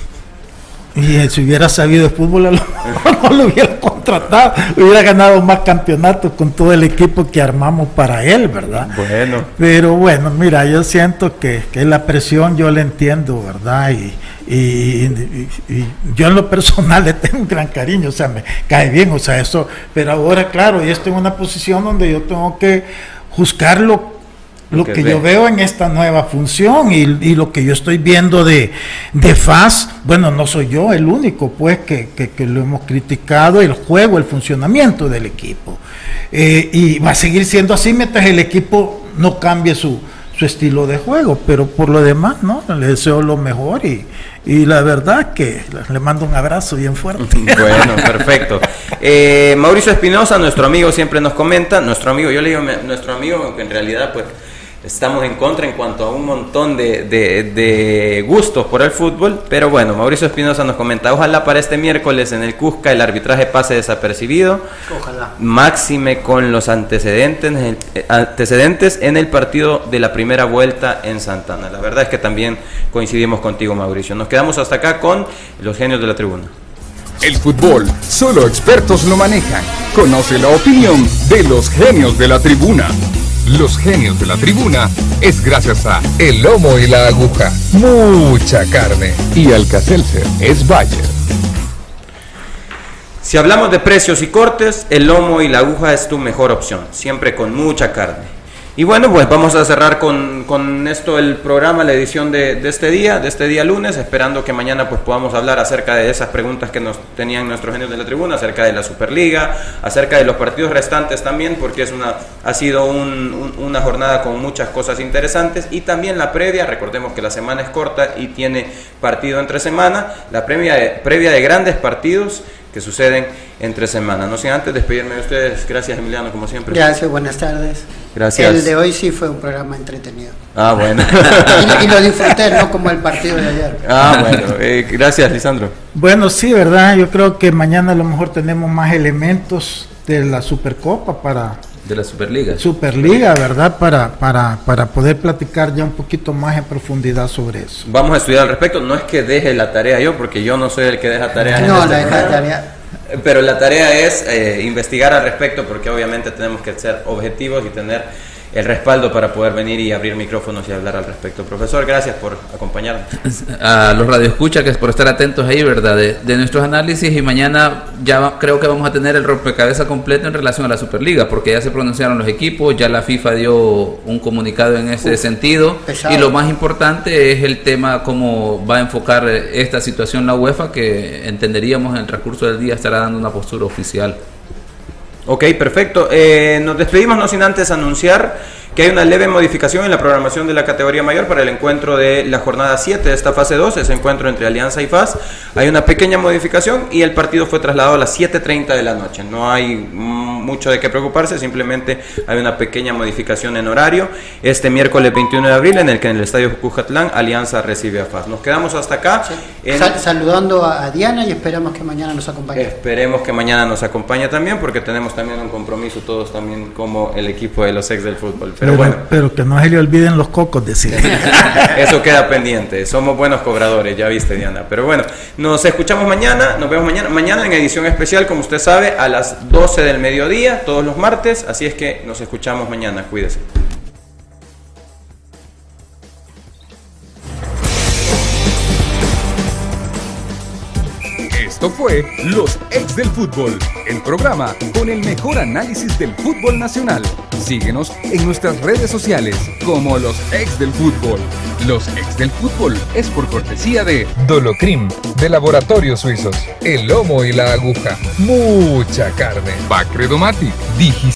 Y si hubiera sabido de fútbol, a lo mejor no lo hubiera contratado, hubiera ganado más campeonatos con todo el equipo que armamos para él, ¿verdad? Bueno. Pero bueno, mira, yo siento que la presión yo la entiendo, ¿verdad? Y yo en lo personal le tengo un gran cariño, o sea, me cae bien, o sea, eso, pero ahora, claro, yo estoy en una posición donde yo tengo que juzgarlo. Lo que yo veo en esta nueva función y lo que yo estoy viendo de FAS, bueno, no soy yo el único pues que lo hemos criticado, el juego, el funcionamiento del equipo, y va a seguir siendo así mientras el equipo no cambie su estilo de juego, pero por lo demás, ¿no? Le deseo lo mejor y la verdad que le mando un abrazo bien fuerte. Bueno, perfecto. Mauricio Espinosa, nuestro amigo, siempre nos comenta, nuestro amigo, yo le digo nuestro amigo, aunque en realidad pues estamos en contra en cuanto a un montón de gustos por el fútbol, pero bueno, Mauricio Espinosa nos comenta: ojalá para este miércoles en el Cusca el arbitraje pase desapercibido. Ojalá. Máxime con los antecedentes en el partido de la primera vuelta en Santana. La verdad es que también coincidimos contigo, Mauricio. Nos quedamos hasta acá con los genios de la tribuna. El fútbol, solo expertos lo manejan. Conoce la opinión de los genios de la tribuna. Los genios de la tribuna es gracias a El Lomo y la Aguja, mucha carne, y Alka-Seltzer es Bayer. Si hablamos de precios y cortes, El Lomo y la Aguja es tu mejor opción, siempre con mucha carne. Y bueno, pues vamos a cerrar con esto el programa, la edición de este día lunes, esperando que mañana pues podamos hablar acerca de esas preguntas que nos tenían nuestros genios de la tribuna, acerca de la Superliga, acerca de los partidos restantes también, porque ha sido una jornada con muchas cosas interesantes, y también la previa. Recordemos que la semana es corta y tiene partido entre semana, la previa de grandes partidos que suceden entre semanas. No sin antes despedirme de ustedes. Gracias, Emiliano, como siempre. Gracias, buenas tardes. Gracias. El de hoy sí fue un programa entretenido. Ah, bueno. y lo disfruté, no como el partido de ayer. Ah, bueno. Gracias, Lisandro. Bueno, sí, ¿verdad? Yo creo que mañana a lo mejor tenemos más elementos de la Supercopa de la Superliga. Superliga, ¿verdad? Para poder platicar ya un poquito más en profundidad sobre eso. Vamos a estudiar al respecto. No es que deje la tarea yo, porque yo no soy el que deja tarea. No, la deja tarea. Pero la tarea es investigar al respecto, porque obviamente tenemos que ser objetivos y tener el respaldo para poder venir y abrir micrófonos y hablar al respecto. Profesor, gracias por acompañarnos. A los radioescuchas, que es por estar atentos ahí, ¿verdad? De nuestros análisis, y mañana creo que vamos a tener el rompecabezas completo en relación a la Superliga, porque ya se pronunciaron los equipos, ya la FIFA dio un comunicado en ese sentido, pesado. Y lo más importante es el tema, cómo va a enfocar esta situación la UEFA, que entenderíamos en el transcurso del día estará dando una postura oficial. Ok, perfecto. Nos despedimos no sin antes anunciar que hay una leve modificación en la programación de la categoría mayor para el encuentro de la jornada 7 de esta fase 2, ese encuentro entre Alianza y FAS. Hay una pequeña modificación y el partido fue trasladado a las 7:30 de la noche. No hay mucho de qué preocuparse, simplemente hay una pequeña modificación en horario. Este miércoles 21 de abril, en el que en el Estadio Cuscatlán Alianza recibe a FAS. Nos quedamos hasta acá. Sí. Saludando a Diana, y esperamos que mañana nos acompañe. Esperemos que mañana nos acompañe también, porque tenemos también un compromiso todos también como el equipo de los ex del fútbol. Pero que no se le olviden los cocos, decir. Eso queda pendiente. Somos buenos cobradores, ya viste, Diana. Pero bueno, nos escuchamos mañana, nos vemos mañana en edición especial, como usted sabe, a las 12 del mediodía, todos los martes. Así es que nos escuchamos mañana. Cuídese. Esto fue Los Ex del Fútbol, el programa con el mejor análisis del fútbol nacional. Síguenos en nuestras redes sociales como Los Ex del Fútbol. Los Ex del Fútbol es por cortesía de Dolocrim, de Laboratorios Suizos, El Lomo y la Aguja, mucha carne. Bacredomatic,